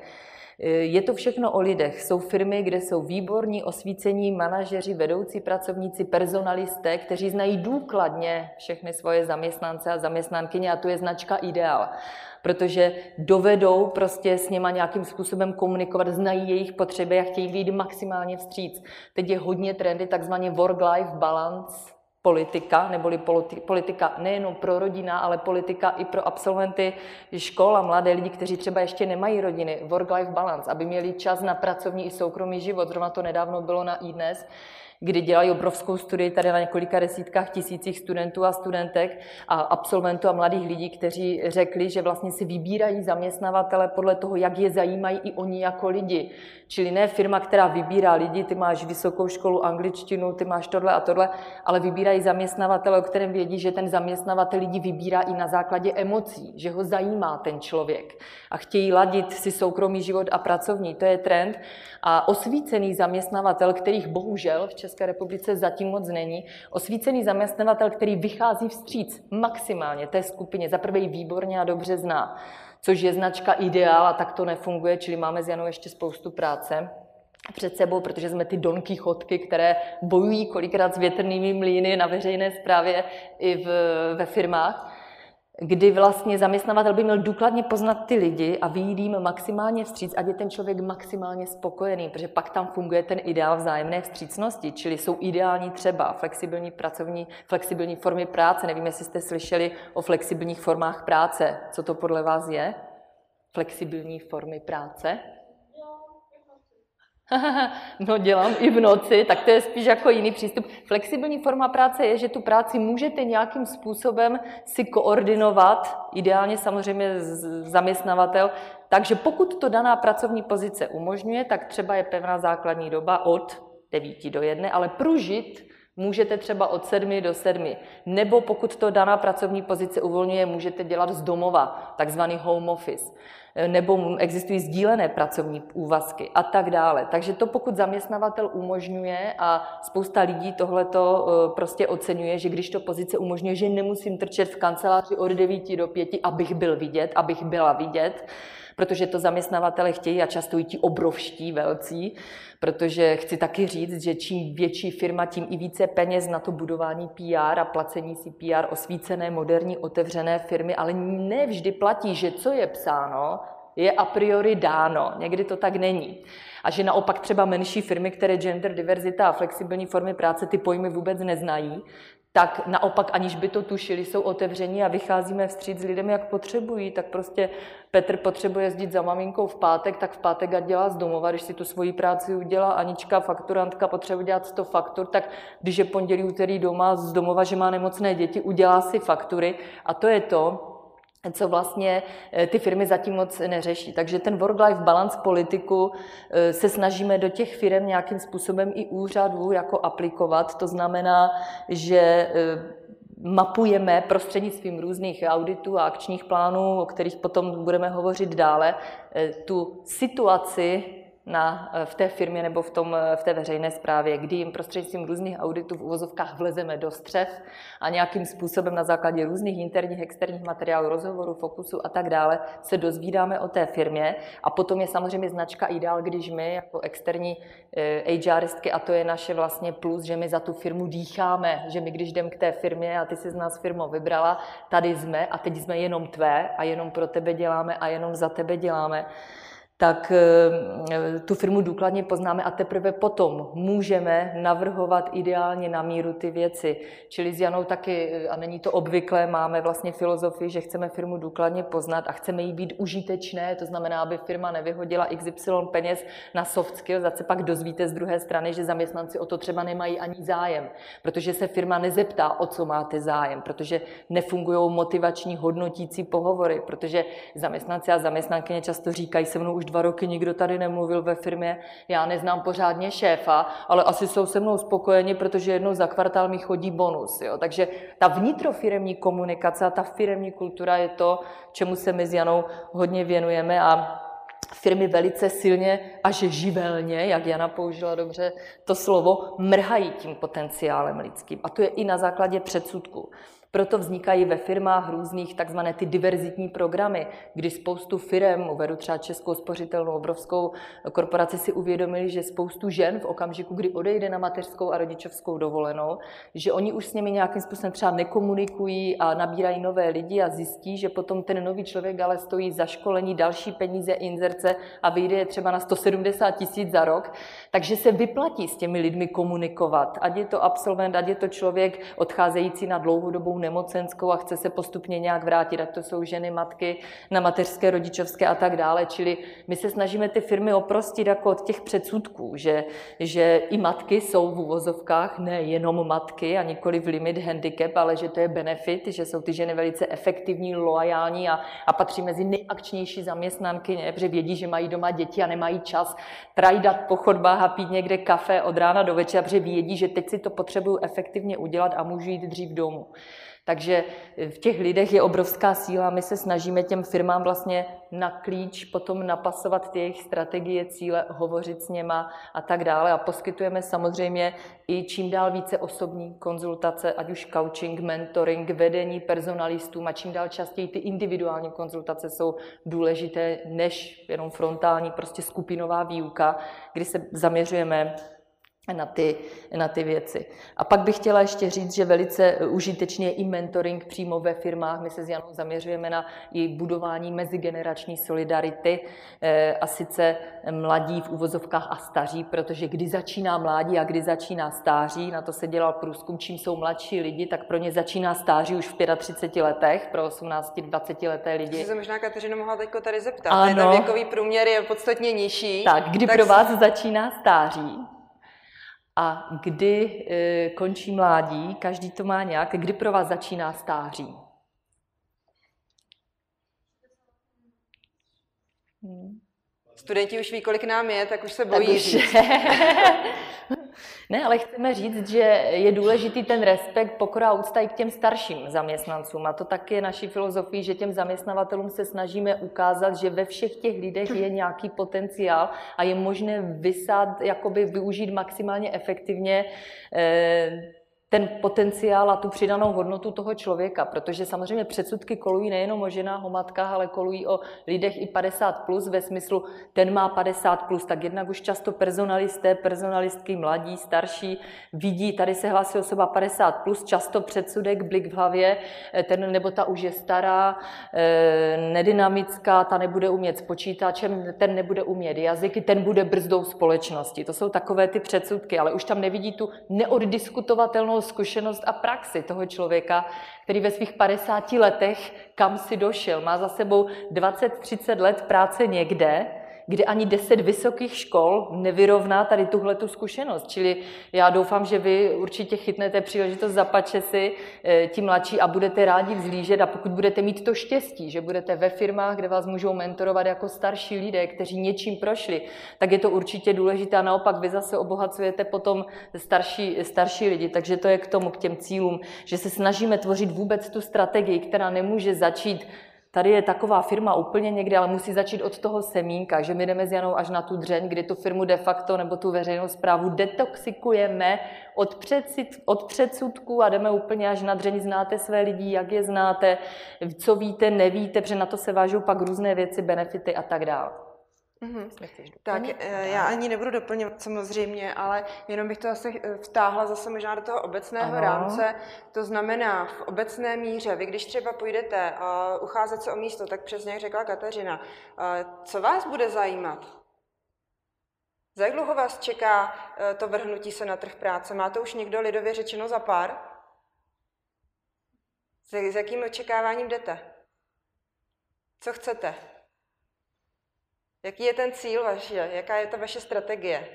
Je to všechno o lidech. Jsou firmy, kde jsou výborní, osvícení manažeři, vedoucí pracovníci, personalisté, kteří znají důkladně všechny svoje zaměstnance a zaměstnankyně a to je značka ideál. Protože dovedou prostě s něma nějakým způsobem komunikovat, znají jejich potřeby a chtějí vyjít maximálně vstříc. Teď je hodně trendy takzvaně work-life balance, politika, neboli politika nejenom pro rodina, ale politika i pro absolventy škol a mladé lidi, kteří třeba ještě nemají rodiny, work-life balance, aby měli čas na pracovní i soukromý život. Zrovna to nedávno bylo na iDnes, kdy dělají obrovskou studii tady na několika desítkách tisících studentů a studentek a absolventů a mladých lidí, kteří řekli, že vlastně si vybírají zaměstnavatele podle toho, jak je zajímají i oni jako lidi. Čili ne firma, která vybírá lidi, ty máš vysokou školu angličtinu, ty máš tohle a tohle, ale vybírají zaměstnavatele, o kterém vědí, že ten zaměstnavatel lidi vybírá i na základě emocí, že ho zajímá ten člověk a chtějí ladit si soukromý život a pracovní. To je trend. A osvícený zaměstnavatel, kterých bohužel v České republice zatím moc není, osvícený zaměstnavatel, který vychází vstříc maximálně té skupině, za prvé ji výborně a dobře zná, což je značka ideál a tak to nefunguje, čili máme s Janou ještě spoustu práce před sebou, protože jsme ty Don Kichotky, které bojují kolikrát s větrnými mlýny na veřejné správě i v, ve firmách, kdy vlastně zaměstnavatel by měl důkladně poznat ty lidi a vyjít jim maximálně vstříc, ať je ten člověk maximálně spokojený, protože pak tam funguje ten ideál vzájemné vstřícnosti, čili jsou ideální třeba flexibilní pracovní, flexibilní formy práce. Nevím, jestli jste slyšeli o flexibilních formách práce. Co to podle vás je? Flexibilní formy práce? No dělám i v noci, tak to je spíš jako jiný přístup. Flexibilní forma práce je, že tu práci můžete nějakým způsobem si koordinovat, ideálně samozřejmě zaměstnavatel, takže pokud to daná pracovní pozice umožňuje, tak třeba je pevná základní doba od devíti do jedné, ale pružit můžete třeba od sedmi do sedmi. Nebo pokud to daná pracovní pozice uvolňuje, můžete dělat z domova, takzvaný home office. Nebo existují sdílené pracovní úvazky a tak dále. Takže to pokud zaměstnavatel umožňuje a spousta lidí tohleto prostě oceňuje, že když to pozice umožňuje, že nemusím trčet v kanceláři od devíti do pěti, abych byl vidět, abych byla vidět, protože to zaměstnavatele chtějí a často i ti obrovští velcí, protože chci taky říct, že čím větší firma, tím i více peněz na to budování P R a placení si P R, osvícené, moderní, otevřené firmy, ale ne vždy platí, že co je psáno, je a priori dáno. Někdy to tak není. A že naopak třeba menší firmy, které gender diverzita a flexibilní formy práce ty pojmy vůbec neznají, tak naopak, aniž by to tušili, jsou otevření a vycházíme vstříc lidem, jak potřebují. Tak prostě Petr potřebuje jezdit za maminkou v pátek, tak v pátek ať dělá z domova, když si tu svoji práci udělá. Anička, fakturantka, potřebuje dělat sto faktur, tak když je pondělí, úterý doma z domova, že má nemocné děti, udělá si faktury. A to je to, co vlastně ty firmy zatím moc neřeší. Takže ten work-life balance politiku se snažíme do těch firm nějakým způsobem i úřadů jako aplikovat. To znamená, že mapujeme prostřednictvím různých auditů a akčních plánů, o kterých potom budeme hovořit dále, tu situaci na, v té firmě nebo v, tom, v té veřejné správě, kdy jim prostřednictvím různých auditů v uvozovkách vlezeme do střev a nějakým způsobem na základě různých interních, externích materiálů, rozhovorů, fokusů a tak dále se dozvídáme o té firmě a potom je samozřejmě značka ideál, když my jako externí HRistky, a to je naše vlastně plus, že my za tu firmu dýcháme, že my když jdeme k té firmě a ty jsi z nás firmu vybrala, tady jsme a teď jsme jenom tvé a jenom pro tebe děláme a jenom za tebe děláme, tak tu firmu důkladně poznáme a teprve potom můžeme navrhovat ideálně na míru ty věci. Čili s Janou taky, a není to obvyklé, máme vlastně filozofii, že chceme firmu důkladně poznat a chceme jí být užitečné, to znamená, aby firma nevyhodila X Y peněz na soft skill, zase pak dozvíte z druhé strany, že zaměstnanci o to třeba nemají ani zájem, protože se firma nezeptá, o co máte zájem, protože nefungují motivační hodnotící pohovory, protože zaměstnanci a zaměstnankyně často říkají, se mnou už dva roky nikdo tady nemluvil ve firmě, já neznám pořádně šéfa, ale asi jsou se mnou spokojeni, protože jednou za kvartál mi chodí bonus. Jo? Takže ta vnitrofiremní komunikace a ta firemní kultura je to, čemu se my s Janou hodně věnujeme a firmy velice silně až živelně, jak Jana použila dobře to slovo, mrhají tím potenciálem lidským. A to je i na základě předsudku. Proto vznikají ve firmách různých takzvané ty diverzitní programy, kdy spoustu firem, uvedu třeba Českou spořitelnou obrovskou korporaci, si uvědomili, že spoustu žen v okamžiku, kdy odejde na mateřskou a rodičovskou dovolenou, že oni už s nimi nějakým způsobem třeba nekomunikují a nabírají nové lidi a zjistí, že potom ten nový člověk ale stojí za školení, další peníze, inzerce a vyjde je třeba na sto sedmdesát tisíc za rok, takže se vyplatí s těmi lidmi komunikovat. Ať je to absolvent, ať je to člověk odcházející na dlouhodobou nemocenskou a chce se postupně nějak vrátit, ať to jsou ženy, matky na mateřské, rodičovské a tak dále. Čili my se snažíme ty firmy oprostit jako od těch předsudků, že, že i matky jsou v uvozovkách, ne jenom matky a nikoliv limit handicap, ale že to je benefit, že jsou ty ženy velice efektivní, loajální a, a patří mezi nejakčnější zaměstnanky, protože vědí, že mají doma děti a nemají čas trajdat po chodbách a pít někde kafe od rána do večera, protože vědí, že teď si to potřebují efektivně udělat a můžu jít dřív domů. Takže v těch lidech je obrovská síla, my se snažíme těm firmám vlastně na klíč potom napasovat ty jejich strategie, cíle, hovořit s něma a tak dále. A poskytujeme samozřejmě i čím dál více osobní konzultace, ať už coaching, mentoring, vedení personalistům a čím dál častěji ty individuální konzultace jsou důležité než jenom frontální, prostě skupinová výuka, kdy se zaměřujeme na ty, na ty věci. A pak bych chtěla ještě říct, že velice užitečný je i mentoring přímo ve firmách. My se s Janou zaměřujeme na i budování mezigenerační solidarity, a sice mladí v uvozovkách a staří, protože kdy začíná mládí a kdy začíná stáří, na to se dělal průzkum, čím jsou mladší lidi, tak pro ně začíná stáří už v třiceti pěti letech, pro osmnácti dvaceti leté lidi. Jsi se možná, Kateřino, mohla teďko tady zeptat. Ano. Ten věkový průměr je podstatně nižší. Tak, kdy tak pro vás začíná stáří? A kdy e, končí mládí, každý to má nějak, kdy pro vás začíná stáří? Hmm. Studenti už ví, kolik nám je, tak už se bojí říct. Ne, ale chceme říct, že je důležitý ten respekt, pokora a úcta i k těm starším zaměstnancům. A to taky je naší filozofii, že těm zaměstnavatelům se snažíme ukázat, že ve všech těch lidech je nějaký potenciál a je možné vysát, jakoby využít maximálně efektivně eh, ten potenciál a tu přidanou hodnotu toho člověka, protože samozřejmě předsudky kolují nejenom o ženách, o matkách, ale kolují o lidech i padesát plus, ve smyslu ten má padesát plus, tak jednak už často personalisté, personalistky, mladí, starší vidí, tady se hlásí osoba padesát plus, často předsudek, blik v hlavě, ten nebo ta už je stará, nedynamická, ta nebude umět s počítačem, ten nebude umět jazyky, ten bude brzdou společnosti. To jsou takové ty předsudky, ale už tam nevidí tu neoddiskutovatelnou zkušenost a praxi toho člověka, který ve svých padesáti letech kam si došel. Má za sebou dvacet třicet let práce někde, kde ani deset vysokých škol nevyrovná tady tuhletu zkušenost. Čili já doufám, že vy určitě chytnete příležitost za pačesy, ti mladší, a budete rádi vzlížet, a pokud budete mít to štěstí, že budete ve firmách, kde vás můžou mentorovat jako starší lidé, kteří něčím prošli, tak je to určitě důležité a naopak vy zase obohacujete potom starší, starší lidi. Takže to je k tomu, k těm cílům, že se snažíme tvořit vůbec tu strategii, která nemůže začít tady je taková firma úplně někde, ale musí začít od toho semínka, že my jdeme s Janou až na tu dřeň, kdy tu firmu de facto nebo tu veřejnou správu detoxikujeme od, předsit, od předsudků a jdeme úplně až na dřeň. Znáte své lidi, jak je znáte, co víte, nevíte, protože na to se vážou pak různé věci, benefity a tak dále. Mm-hmm. Tak já ani nebudu doplňovat samozřejmě, ale jenom bych to zase vtáhla zase možná do toho obecného ano. rámce. To znamená v obecné míře, vy když třeba půjdete uh, ucházet se o místo, tak přesně jak řekla Kateřina, uh, co vás bude zajímat? Za jak dlouho vás čeká uh, to vrhnutí se na trh práce? Má to už někdo lidově řečeno za pár? S, s jakým očekáváním jdete? Co chcete? Jaký je ten cíl vaše? Jaká je ta vaše strategie?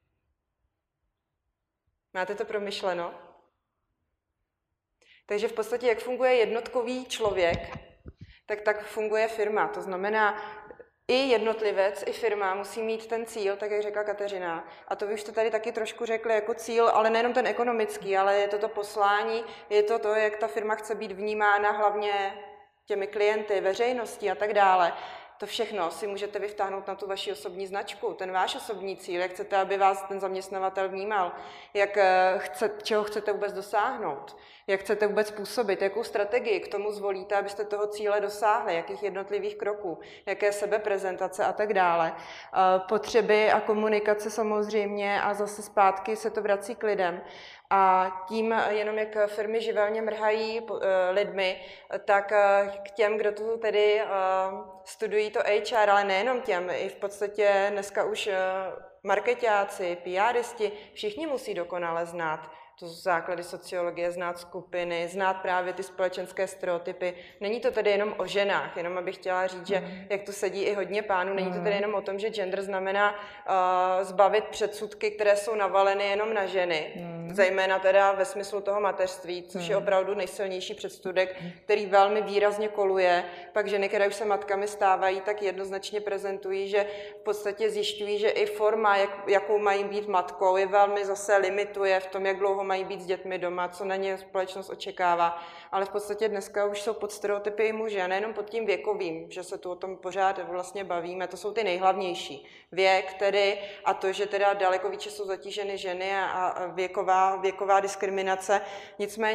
Máte to promyšleno? Takže v podstatě, jak funguje jednotkový člověk, tak tak funguje firma. To znamená, i jednotlivec, i firma musí mít ten cíl, tak jak řekla Kateřina. A to vy už to tady taky trošku řekli jako cíl, ale nejenom ten ekonomický, ale je to to poslání, je to to, jak ta firma chce být vnímána hlavně těmi klienty, veřejností a tak dále. To všechno si můžete vyvtáhnout na tu vaši osobní značku, ten váš osobní cíl, jak chcete, aby vás ten zaměstnavatel vnímal, jak chce, čeho chcete vůbec dosáhnout, jak chcete vůbec působit, jakou strategii k tomu zvolíte, abyste toho cíle dosáhli, jakých jednotlivých kroků, jaké sebeprezentace a tak dále. Potřeby a komunikace samozřejmě a zase zpátky se to vrací k lidem. A tím jenom jak firmy živelně mrhají lidmi, tak k těm, kdo tu tedy studují to H R, ale nejenom těm, i v podstatě dneska už marketáci, PRisti, všichni musí dokonale znát to základy sociologie, znát skupiny, znát právě ty společenské stereotypy. Není to tedy jenom o ženách, jenom abych chtěla říct, že jak tu sedí i hodně pánů, není to tedy jenom o tom, že gender znamená uh, zbavit předsudky, které jsou navaleny jenom na ženy, mm. zejména teda ve smyslu toho mateřství, což mm. je opravdu nejsilnější předsudek, který velmi výrazně koluje. Pak ženy, které už se matkami stávají, tak jednoznačně prezentují, že v podstatě zjišťují, že i forma, jak, jakou mají být matkou, je velmi zase limituje v tom, jak dlouho mají být s dětmi doma, co na ně společnost očekává. Ale v podstatě dneska už jsou pod stereotypy i muži, a nejenom pod tím věkovým, že se tu o tom pořád vlastně bavíme, to jsou ty nejhlavnější. Věk tedy a to, že teda daleko více jsou zatíženy ženy a věková, věková diskriminace. Nicméně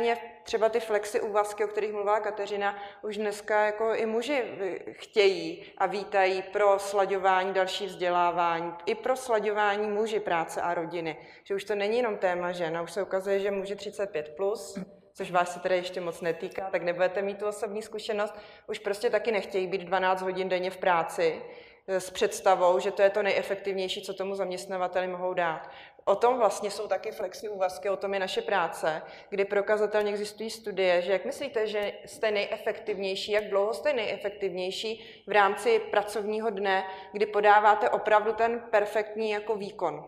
třeba ty flexi úvazky, o kterých mluvila Kateřina, už dneska jako i muži chtějí a vítají pro slaďování další vzdělávání, i pro slaďování muži práce a rodiny. Že už to není jenom téma žen, a už se ukazuje, že muži třicet pět plus, což vás se tedy ještě moc netýká, tak nebudete mít tu osobní zkušenost, už prostě taky nechtějí být dvanáct hodin denně v práci s představou, že to je to nejefektivnější, co tomu zaměstnavateli mohou dát. O tom vlastně jsou taky flexi úvazky, o tom je naše práce, kdy prokazatelně existují studie, že jak myslíte, že jste nejefektivnější, jak dlouho jste nejefektivnější v rámci pracovního dne, kdy podáváte opravdu ten perfektní jako výkon.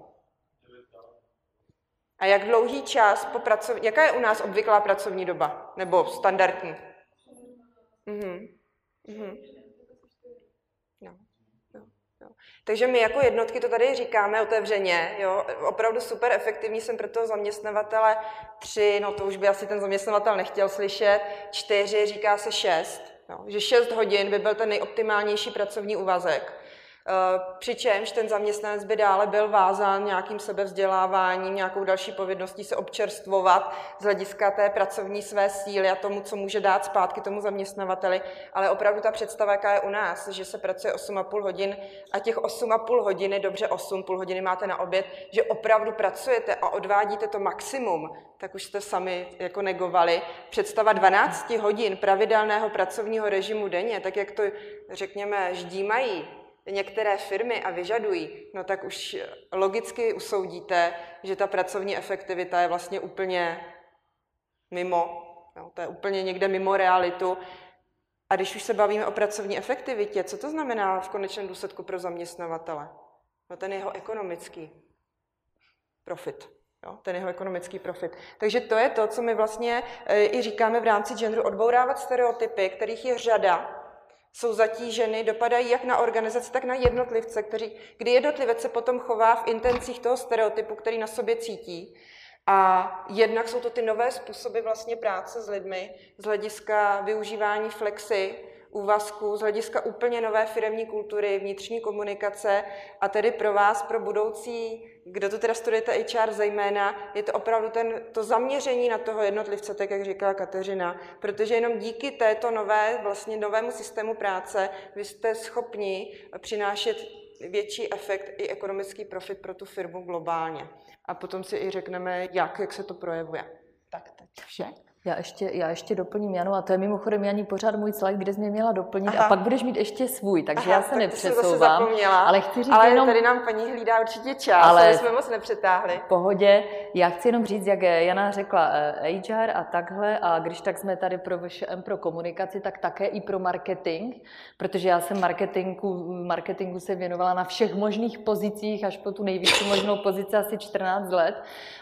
A jak dlouhý čas po pracovní, jaká je u nás obvyklá pracovní doba, nebo standardní? Mhm. Mhm. No. Takže my jako jednotky to tady říkáme otevřeně, jo, opravdu super efektivní jsem pro toho zaměstnavatele tři, no to už by asi ten zaměstnavatel nechtěl slyšet, čtyři, říká se šest, jo, že šest hodin by byl ten nejoptimálnější pracovní úvazek. Přičemž ten zaměstnanec by dále byl vázán nějakým sebevzděláváním, nějakou další povinností se občerstvovat z hlediska té pracovní své síly a tomu, co může dát zpátky tomu zaměstnavateli. Ale opravdu ta představa, jaká je u nás, že se pracuje osm a půl hodin a těch osm a půl hodiny, dobře osm, půl hodiny máte na oběd, že opravdu pracujete a odvádíte to maximum, tak už jste sami jako negovali. Představa dvanáct hodin pravidelného pracovního režimu denně, tak jak to, řekněme, ždímají některé firmy a vyžadují, no tak už logicky usoudíte, že ta pracovní efektivita je vlastně úplně mimo, no, to je úplně někde mimo realitu. A když už se bavíme o pracovní efektivitě, co to znamená v konečném důsledku pro zaměstnavatele? No ten jeho ekonomický profit. Jo, ten jeho ekonomický profit. Takže to je to, co my vlastně e, i říkáme v rámci genderu, odbourávat stereotypy, kterých je řada, jsou zatíženy, dopadají jak na organizaci, tak na jednotlivce, kteří, kdy jednotlivec se potom chová v intencích toho stereotypu, který na sobě cítí. A jednak jsou to ty nové způsoby vlastně práce s lidmi z hlediska využívání flexi, úvazku, z hlediska úplně nové firemní kultury, vnitřní komunikace a tedy pro vás, pro budoucí, kdo to teda studujete H R zejména, je to opravdu ten, to zaměření na toho jednotlivce, tak jak říkala Kateřina, protože jenom díky této nové, vlastně novému systému práce vy jste schopni přinášet větší efekt i ekonomický profit pro tu firmu globálně. A potom si i řekneme, jak, jak se to projevuje. Tak teď vše. Já ještě, já ještě doplním, Janu, a to je mimochodem, Janí, pořád můj slide, kde jsi mě měla doplnit. Aha. A pak budeš mít ještě svůj, takže Aha, já se tak nepřesouvám. Ale chci říct ale jenom... tady nám paní hlídá určitě čas, ale, ale jsme moc nepřetáhli. V pohodě. Já chci jenom říct, jak Jana řekla H R a takhle, a když tak jsme tady pro V Š M, pro komunikaci, tak také i pro marketing, protože já jsem marketingu, marketingu se věnovala na všech možných pozicích, až po tu nejvyšší možnou pozici asi čtrnáct let.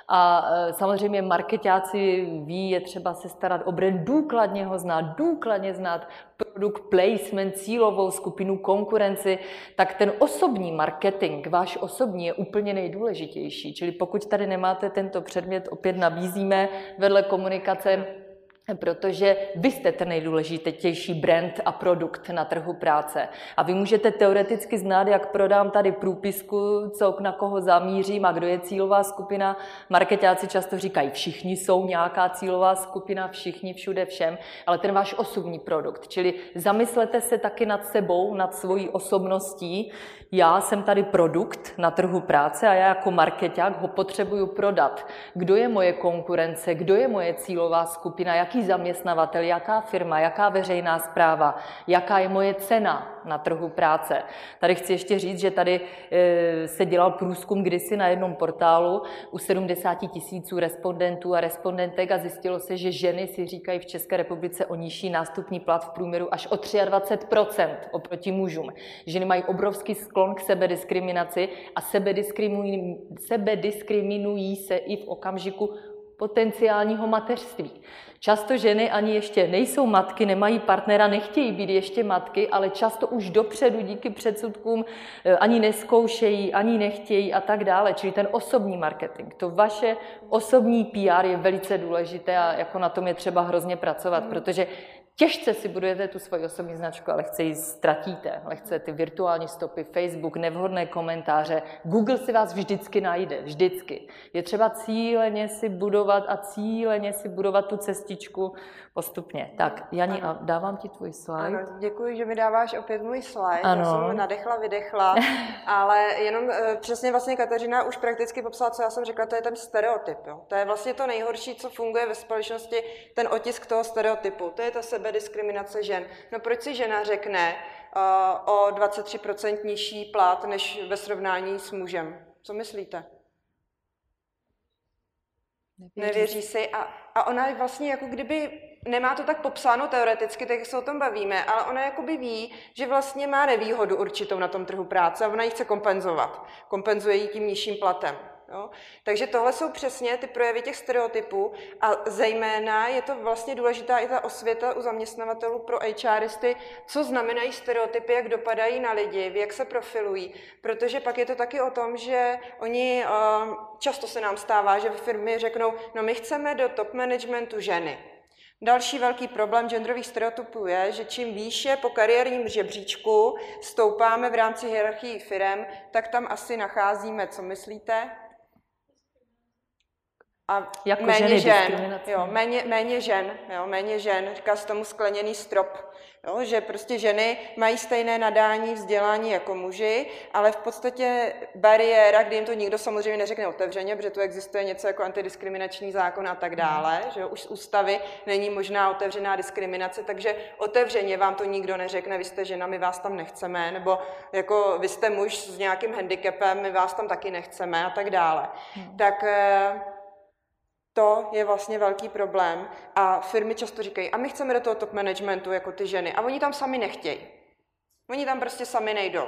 A samozřejmě marketáci ví, je třeba se starat o brand, důkladně ho znát, důkladně znát produkt placement, cílovou skupinu, konkurenci, tak ten osobní marketing, váš osobní, je úplně nejdůležitější. Čili pokud tady nemáte tento předmět, opět nabízíme vedle komunikace, protože vy jste ten nejdůležitější brand a produkt na trhu práce. A vy můžete teoreticky znát, jak prodám tady průpisku, co na koho zamířím a kdo je cílová skupina. Marketáci často říkají, všichni jsou nějaká cílová skupina, všichni všude všem, ale ten váš osobní produkt. Čili zamyslete se taky nad sebou, nad svojí osobností. Já jsem tady produkt na trhu práce a já jako markeťák ho potřebuju prodat. Kdo je moje konkurence, kdo je moje cílová skupina, jaký zaměstnavatel, jaká firma, jaká veřejná správa, jaká je moje cena na trhu práce. Tady chci ještě říct, že tady e, se dělal průzkum kdysi na jednom portálu u sedmdesát tisíců respondentů a respondentek a zjistilo se, že ženy si říkají v České republice o nižší nástupní plat v průměru až o dvacet tři procent oproti mužům. Ženy mají obrovský sklon k sebediskriminaci a sebediskriminují, sebediskriminují se i v okamžiku potenciálního mateřství. Často ženy ani ještě nejsou matky, nemají partnera, nechtějí být ještě matky, ale často už dopředu díky předsudkům ani neskoušejí, ani nechtějí a tak dále. Čili ten osobní marketing, to vaše osobní P R je velice důležité a jako na tom je třeba hrozně pracovat, mm. protože těžce si budujete tu svoji osobní značku, ale lehce ji ztratíte. Lehce ty virtuální stopy, Facebook, nevhodné komentáře. Google si vás vždycky najde, vždycky. Je třeba cíleně si budovat a cíleně si budovat tu cestičku postupně. Tak, Jani, ano. A dávám ti tvůj slide. Ano, děkuji, že mi dáváš opět můj slide. Ano. Já jsem nadechla, vydechla, ale jenom přesně vlastně Kateřina už prakticky popsala, co já jsem řekla, to je ten stereotyp. Jo. To je vlastně to nejhorší, co funguje ve společnosti, ten otisk toho stereotypu. To je ta sebediskriminace žen. No proč si žena řekne uh, o dvacet tři procent nižší plat než ve srovnání s mužem? Co myslíte? Nevěří, Nevěří si a, a ona vlastně jako kdyby, nemá to tak popsáno teoreticky, tak se o tom bavíme, ale ona jakoby ví, že vlastně má nevýhodu určitou na tom trhu práce a ona ji chce kompenzovat. Kompenzuje ji tím nižším platem. Jo? Takže tohle jsou přesně ty projevy těch stereotypů a zejména je to vlastně důležitá i ta osvěta u zaměstnavatelů pro HRisty, co znamenají stereotypy, jak dopadají na lidi, jak se profilují, protože pak je to taky o tom, že oni, často se nám stává, že firmy řeknou, no my chceme do top managementu ženy. Další velký problém genderových stereotypů je, že čím výše po kariérním žebříčku stoupáme v rámci hierarchii firem, tak tam asi nacházíme, co myslíte? A jako méně ženy, žen, jo, méně, méně žen, jo, méně žen, říká se tomu skleněný strop, jo, že prostě ženy mají stejné nadání, vzdělání jako muži, ale v podstatě bariéra, kdy jim to nikdo samozřejmě neřekne otevřeně, protože tu existuje něco jako antidiskriminační zákon a tak dále, že jo, už z ústavy není možná otevřená diskriminace, takže otevřeně vám to nikdo neřekne, vy jste žena, my vás tam nechceme, nebo jako vy jste muž s nějakým handicapem, my vás tam taky nechceme a tak dále. Hmm. Tak to je vlastně velký problém a firmy často říkají, a my chceme do toho top managementu jako ty ženy a oni tam sami nechtějí. Oni tam prostě sami nejdou.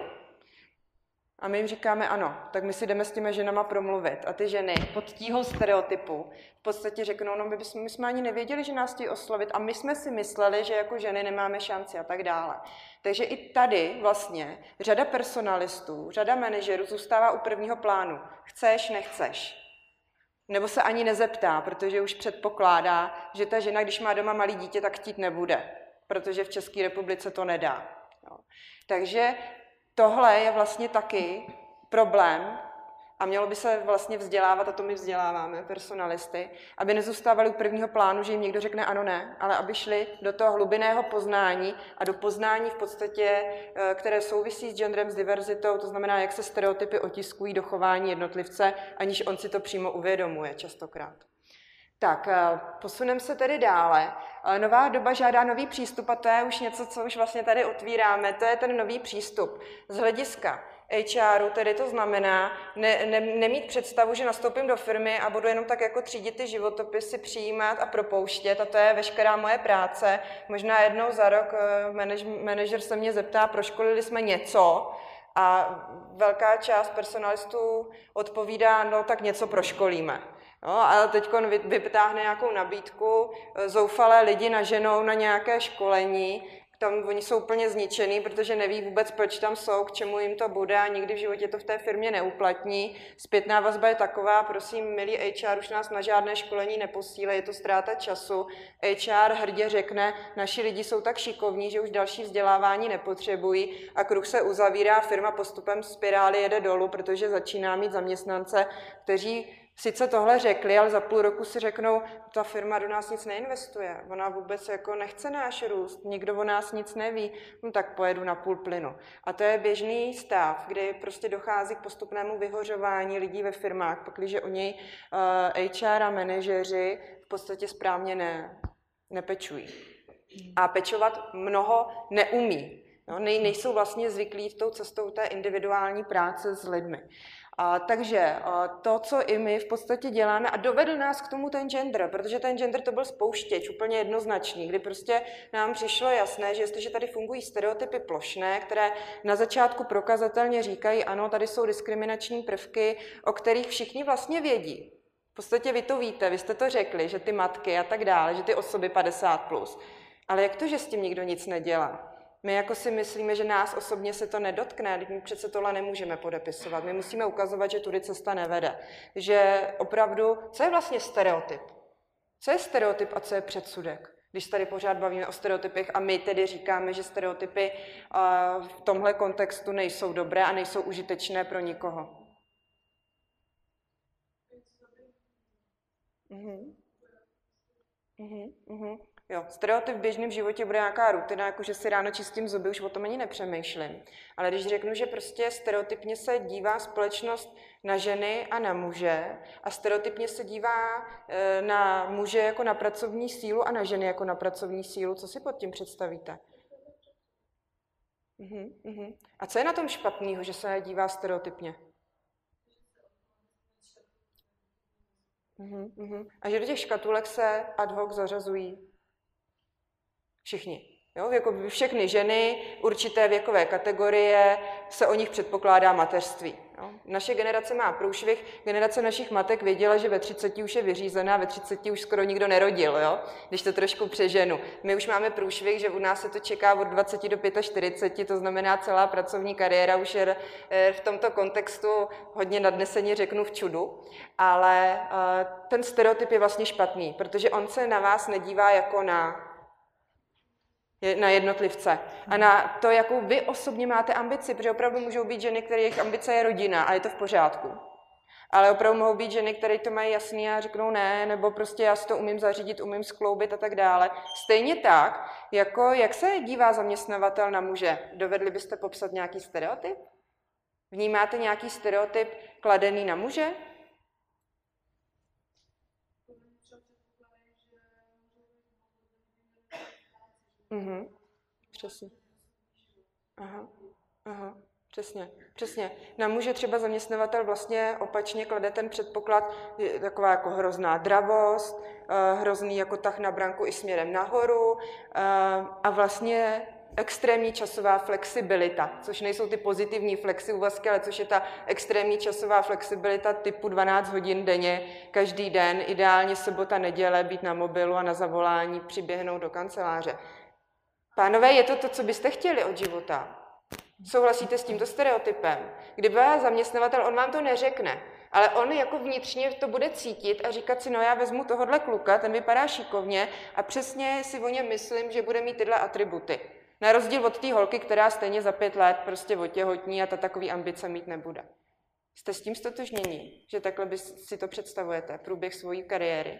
A my jim říkáme ano, tak my si jdeme s těmi ženama promluvit a ty ženy pod tíhou stereotypu v podstatě řeknou, no my, bychom, my jsme ani nevěděli, že nás chtějí oslovit a my jsme si mysleli, že jako ženy nemáme šanci a tak dále. Takže i tady vlastně řada personalistů, řada manažerů zůstává u prvního plánu. Chceš, nechceš. Nebo se ani nezeptá, protože už předpokládá, že ta žena, když má doma malý dítě, tak chtít nebude, protože v České republice to nedá. Jo. Takže tohle je vlastně taky problém a mělo by se vlastně vzdělávat, a to my vzděláváme, personalisty, aby nezůstávali u prvního plánu, že jim někdo řekne ano, ne, ale aby šli do toho hlubinného poznání a do poznání v podstatě, které souvisí s genderem, s diverzitou, to znamená, jak se stereotypy otiskují do chování jednotlivce, aniž on si to přímo uvědomuje častokrát. Tak, posuneme se tedy dále. Nová doba žádá nový přístup a to je už něco, co už vlastně tady otvíráme, to je ten nový přístup z hlediska H R, tedy to znamená ne, ne, nemít představu, že nastoupím do firmy a budu jenom tak jako třídit ty životopisy, přijímat a propouštět a to je veškerá moje práce. Možná jednou za rok manaž, manažer se mě zeptá, proškolili jsme něco a velká část personalistů odpovídá, no tak něco proškolíme. No, a teď vytáhne nějakou nabídku, zoufalé lidi naženou na nějaké školení, tam oni jsou úplně zničený, protože neví vůbec, proč tam jsou, k čemu jim to bude a nikdy v životě to v té firmě neuplatní. Zpětná vazba je taková, prosím, milí H R, už nás na žádné školení neposílej, je to ztráta času. H R hrdě řekne, naši lidi jsou tak šikovní, že už další vzdělávání nepotřebují a kruh se uzavírá, firma postupem spirály jede dolů, protože začíná mít zaměstnance, kteří sice tohle řekli, ale za půl roku si řeknou, ta firma do nás nic neinvestuje, ona vůbec jako nechce náš růst, nikdo o nás nic neví, no tak pojedu na půl plynu. A to je běžný stav, kdy prostě dochází k postupnému vyhořování lidí ve firmách, protože oni uh, H R a manažeři v podstatě správně ne, nepečují. A pečovat mnoho neumí. No, nej, nejsou vlastně zvyklí v tou cestou té individuální práce s lidmi. A, takže a, to, co i my v podstatě děláme, a dovedl nás k tomu ten gender, protože ten gender to byl spouštěč, úplně jednoznačný, kdy prostě nám přišlo jasné, že jestliže tady fungují stereotypy plošné, které na začátku prokazatelně říkají, ano, tady jsou diskriminační prvky, o kterých všichni vlastně vědí. V podstatě vy to víte, vy jste to řekli, že ty matky a tak dále, že ty osoby padesát plus. Ale jak to, že s tím nikdo nic nedělá? My jako si myslíme, že nás osobně se to nedotkne, my přece tohle nemůžeme podepisovat. My musíme ukazovat, že tudy cesta nevede. Že opravdu, co je vlastně stereotyp? Co je stereotyp a co je předsudek? Když tady pořád bavíme o stereotypech a my tedy říkáme, že stereotypy uh, v tomhle kontextu nejsou dobré a nejsou užitečné pro nikoho. Mhm. Mhm, mhm. Jo, stereotyp v běžném životě bude nějaká rutina, jako že si ráno čistím zuby, už o tom ani nepřemýšlím. Ale když řeknu, že prostě stereotypně se dívá společnost na ženy a na muže a stereotypně se dívá e, na muže jako na pracovní sílu a na ženy jako na pracovní sílu, co si pod tím představíte? Mhm, mhm. A co je na tom špatného, že se dívá stereotypně? Uhum, uhum. A že do těch škatulek se ad hoc zařazují všichni. Jo? Jako všechny ženy, určité věkové kategorie, se o nich předpokládá mateřství. Jo? Naše generace má průšvih, generace našich matek věděla, že ve třiceti už je vyřízená, ve třiceti už skoro nikdo nerodil, jo? Když to trošku přeženu. My už máme průšvih, že u nás se to čeká od dvaceti do čtyřiceti pěti, to znamená celá pracovní kariéra už je v tomto kontextu hodně nadneseně řeknu v čudu, ale ten stereotyp je vlastně špatný, protože on se na vás nedívá jako na na jednotlivce a na to, jakou vy osobně máte ambici, protože opravdu můžou být ženy, kterých ambice je rodina a je to v pořádku. Ale opravdu mohou být ženy, které to mají jasný a řeknou ne, nebo prostě já si to umím zařídit, umím skloubit a tak dále. Stejně tak, jako jak se dívá zaměstnavatel na muže. Dovedli byste popsat nějaký stereotyp? Vnímáte nějaký stereotyp kladený na muže? Mhm, přesně. Aha, aha, přesně, přesně. Na muže třeba zaměstnavatel vlastně opačně klade ten předpoklad, je taková jako hrozná dravost, hrozný jako tah na branku i směrem nahoru a vlastně extrémní časová flexibilita, což nejsou ty pozitivní flexiúvazky, ale což je ta extrémní časová flexibilita typu dvanáct hodin denně, každý den, ideálně sobota, neděle, být na mobilu a na zavolání přiběhnout do kanceláře. Pánové, je to to, co byste chtěli od života? Souhlasíte s tímto stereotypem? Kdyby vás zaměstnavatel, on vám to neřekne, ale on jako vnitřně to bude cítit a říkat si, no já vezmu tohohle kluka, ten vypadá šikovně a přesně si o něm myslím, že bude mít tyhle atributy. Na rozdíl od té holky, která stejně za pět let prostě otěhotní a ta takový ambice mít nebude. Jste s tím stotožnění, že takhle by si to představujete, průběh svojí kariéry?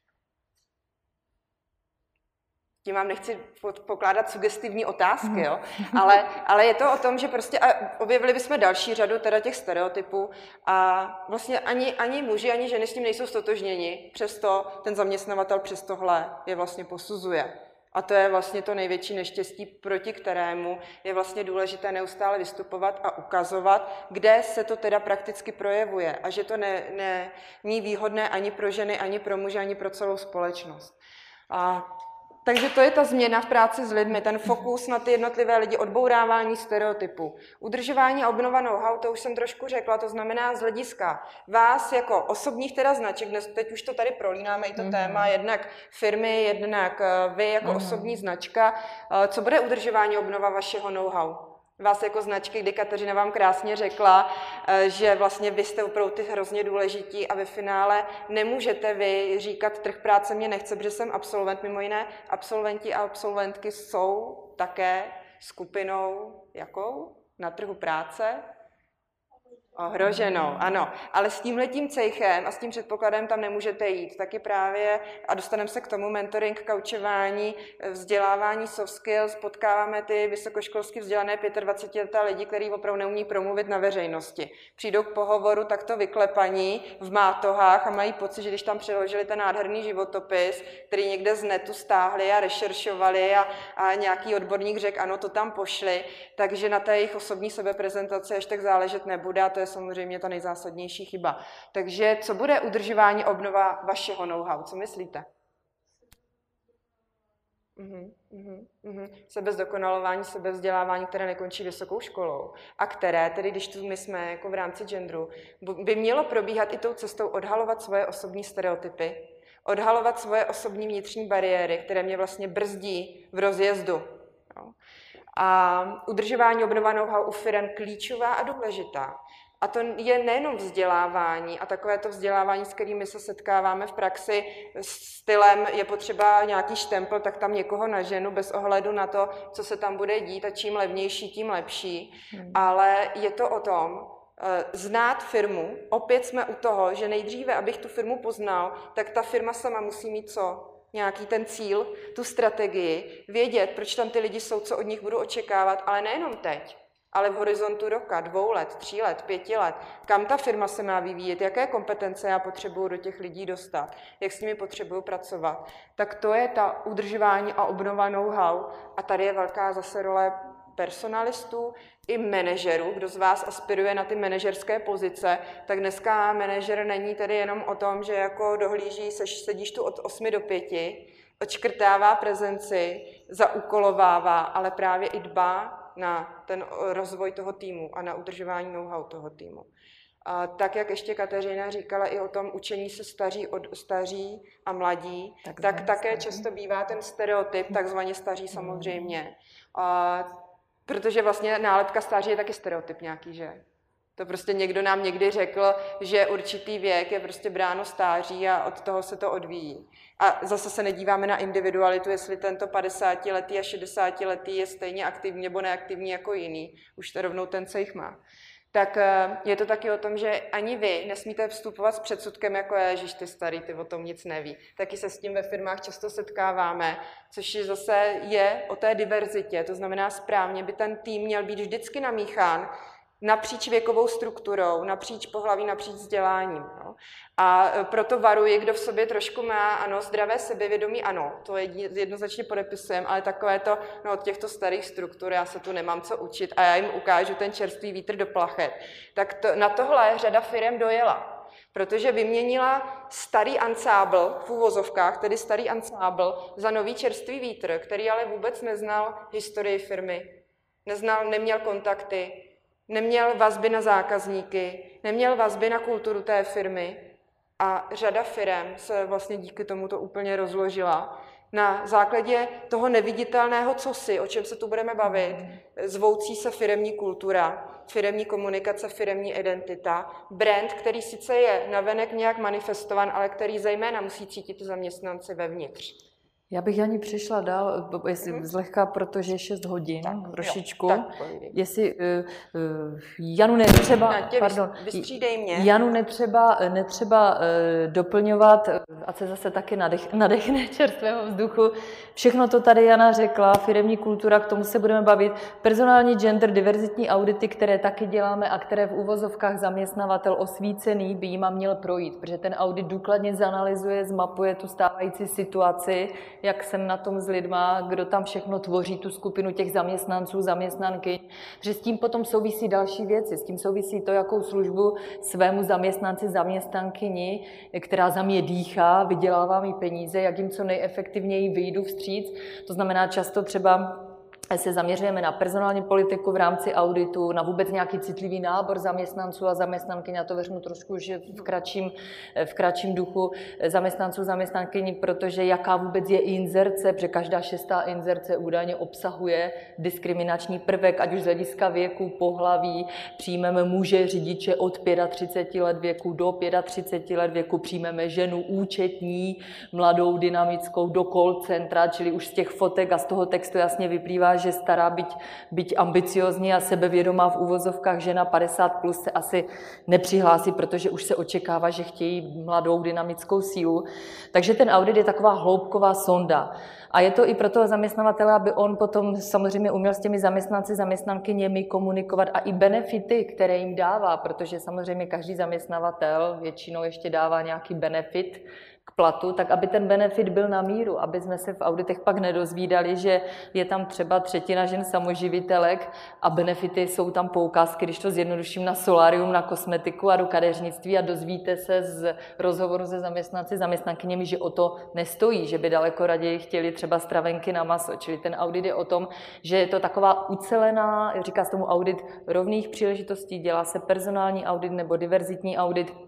Tím vám nechci pokládat sugestivní otázky, jo? Ale, ale je to o tom, že prostě a objevili bychom další řadu teda těch stereotypů a vlastně ani, ani muži, ani ženy s tím nejsou stotožněni, přesto ten zaměstnavatel přes tohle je vlastně posuzuje. A to je vlastně to největší neštěstí, proti kterému je vlastně důležité neustále vystupovat a ukazovat, kde se to teda prakticky projevuje a že to ne, ne, není výhodné ani pro ženy, ani pro muže, ani pro celou společnost. A takže to je ta změna v práci s lidmi, ten fokus na ty jednotlivé lidi, odbourávání stereotypů. Udržování a obnova know-how, to už jsem trošku řekla, to znamená z hlediska vás jako osobních teda značek, dnes, teď už to tady prolínáme i to mm-hmm. téma, jednak firmy, jednak vy jako mm-hmm. osobní značka. Co bude udržování, obnova vašeho know-how? Vás jako značky, kdy Kateřina vám krásně řekla, že vlastně vy jste opravdu ty hrozně důležití a ve finále nemůžete vy říkat, trh práce mě nechce, protože jsem absolvent, mimo jiné absolventi a absolventky jsou také skupinou jakou na trhu práce? Ohroženou, ano. Ale s tímhletím cejchem a s tím předpokladem tam nemůžete jít. Taky právě, a dostaneme se k tomu, mentoring, kaučování, vzdělávání soft skills, potkáváme ty vysokoškolsky vzdělané dvacetileté lidi, kteří opravdu neumí promluvit na veřejnosti. Přijdou k pohovoru takto vyklepaní v mátohách a mají pocit, že když tam přeložili ten nádherný životopis, který někde z netu stáhli a rešeršovali a, a nějaký odborník řekl, ano, to tam pošli, takže na té jejich osobní sebeprezentaci až tak záležet nebude a to je samozřejmě ta nejzásadnější chyba. Takže co bude udržování, obnova vašeho know-how? Co myslíte? Uhum, uhum, uhum. Sebezdokonalování, sebevzdělávání, které nekončí vysokou školou a které, tedy když tu my jsme jako v rámci genderu, by mělo probíhat i tou cestou odhalovat svoje osobní stereotypy, odhalovat svoje osobní vnitřní bariéry, které mě vlastně brzdí v rozjezdu. Jo. A udržování, obnova know-how u firem klíčová a důležitá. A to je nejenom vzdělávání a takové to vzdělávání, s kterými se setkáváme v praxi stylem, je potřeba nějaký štempl, tak tam někoho naženu bez ohledu na to, co se tam bude dít a čím levnější, tím lepší. Hmm. Ale je to o tom, znát firmu. Opět jsme u toho, že nejdříve, abych tu firmu poznal, tak ta firma sama musí mít co? Nějaký ten cíl, tu strategii, vědět, proč tam ty lidi jsou, co od nich budu očekávat, ale nejenom teď, ale v horizontu roka, dvou let, tří let, pěti let, kam ta firma se má vyvíjet, jaké kompetence já potřebuju do těch lidí dostat, jak s nimi potřebuju pracovat. Tak to je ta udržování a obnova know-how. A tady je velká zase role personalistů i manažerů. Kdo z vás aspiruje na ty manažerské pozice, tak dneska manažer není tedy jenom o tom, že jako dohlíží, sedíš tu od osmi do pěti, odškrtává prezenci, zaúkolovává, ale právě i dbá na ten rozvoj toho týmu a na udržování know-how toho týmu. A tak, jak ještě Kateřina říkala i o tom učení se staří od staří a mladí, tak, tak také staří. Často bývá ten stereotyp, takzvaně staří samozřejmě. A protože vlastně nálepka stáří je taky stereotyp nějaký, že? To prostě někdo nám někdy řekl, že určitý věk je prostě bráno stáří a od toho se to odvíjí. A zase se nedíváme na individualitu, jestli tento padesátiletý a šedesátiletý je stejně aktivní nebo neaktivní jako jiný. Už to rovnou ten se jich má. Tak je to taky o tom, že ani vy nesmíte vstupovat s předsudkem, jako je, že ty starý, ty o tom nic neví. Taky se s tím ve firmách často setkáváme, což je zase je o té diverzitě. To znamená správně by ten tým měl být vždycky namíchán napříč věkovou strukturou, napříč pohlaví, napříč vzděláním. No. A proto varuji, kdo v sobě trošku má, ano, zdravé sebevědomí, ano, to jednoznačně podepisujeme, ale takové to, no, od těchto starých struktur, já se tu nemám co učit a já jim ukážu ten čerstvý vítr do plachet. Tak to, na tohle řada firem dojela, protože vyměnila starý ansábl v uvozovkách, tedy starý ansábl za nový čerstvý vítr, který ale vůbec neznal historii firmy, neznal, neměl kontakty, neměl vazby na zákazníky, neměl vazby na kulturu té firmy a řada firem se vlastně díky tomu to úplně rozložila. Na základě toho neviditelného cosi, o čem se tu budeme bavit, zvoucí se firemní kultura, firemní komunikace, firemní identita, brand, který sice je navenek nějak manifestovan, ale který zejména musí cítit zaměstnanci vevnitř. Já bych ani přišla dál, jestli mm. zlehka, protože je šest hodin, tak, trošičku. Jo, tak, jestli uh, uh, Janu netřeba, no, pardon, vystřídej mě. Janu netřeba, netřeba uh, doplňovat, ať se zase taky nadech, nadechne čerstvého vzduchu. Všechno to tady Jana řekla, firemní kultura, k tomu se budeme bavit. Personální gender, diverzitní audity, které taky děláme a které v uvozovkách zaměstnavatel osvícený by jima měl projít, protože ten audit důkladně zanalyzuje, zmapuje tu stávající situaci, jak jsem na tom s lidma, kdo tam všechno tvoří tu skupinu těch zaměstnanců, zaměstnanky, že s tím potom souvisí další věci, s tím souvisí to, jakou službu svému zaměstnanci, zaměstnankyni, která za mě dýchá, vydělává mi peníze, jak jim co nejefektivněji vyjdu vstříc. To znamená často třeba se zaměřujeme na personální politiku v rámci auditu, na vůbec nějaký citlivý nábor zaměstnanců a zaměstnankyň, já to vezmu trošku že v kratším, v kratším duchu zaměstnanců, zaměstnankyní, protože jaká vůbec je inzerce, protože každá šestá inzerce údajně obsahuje diskriminační prvek, ať už z hlediska věku, pohlaví, přijmeme muže, řidiče od třiceti pěti let věku do třiceti pěti let věku, přijmeme ženu účetní, mladou, dynamickou, do call centra, čili už z těch fotek a z toho textu jasně vyplývá, že stará, byť, byť ambiciozní a sebevědomá v úvozovkách žena padesát plus se asi nepřihlásí, protože už se očekává, že chtějí mladou dynamickou sílu. Takže ten audit je taková hloubková sonda. A je to i pro toho zaměstnavatele, aby on potom samozřejmě uměl s těmi zaměstnanci, zaměstnankyněmi komunikovat a i benefity, které jim dává, protože samozřejmě každý zaměstnavatel většinou ještě dává nějaký benefit k platu, tak aby ten benefit byl na míru, aby jsme se v auditech pak nedozvídali, že je tam třeba třetina žen samoživitelek a benefity jsou tam poukázky, když to zjednoduším, na solárium, na kosmetiku a do kadeřnictví a dozvíte se z rozhovoru se zaměstnanci, zaměstnankyněmi, že o to nestojí, že by daleko raději chtěli třeba stravenky na maso. Čili ten audit je o tom, že je to taková ucelená, říká se tomu audit rovných příležitostí, dělá se personální audit nebo diverzitní audit,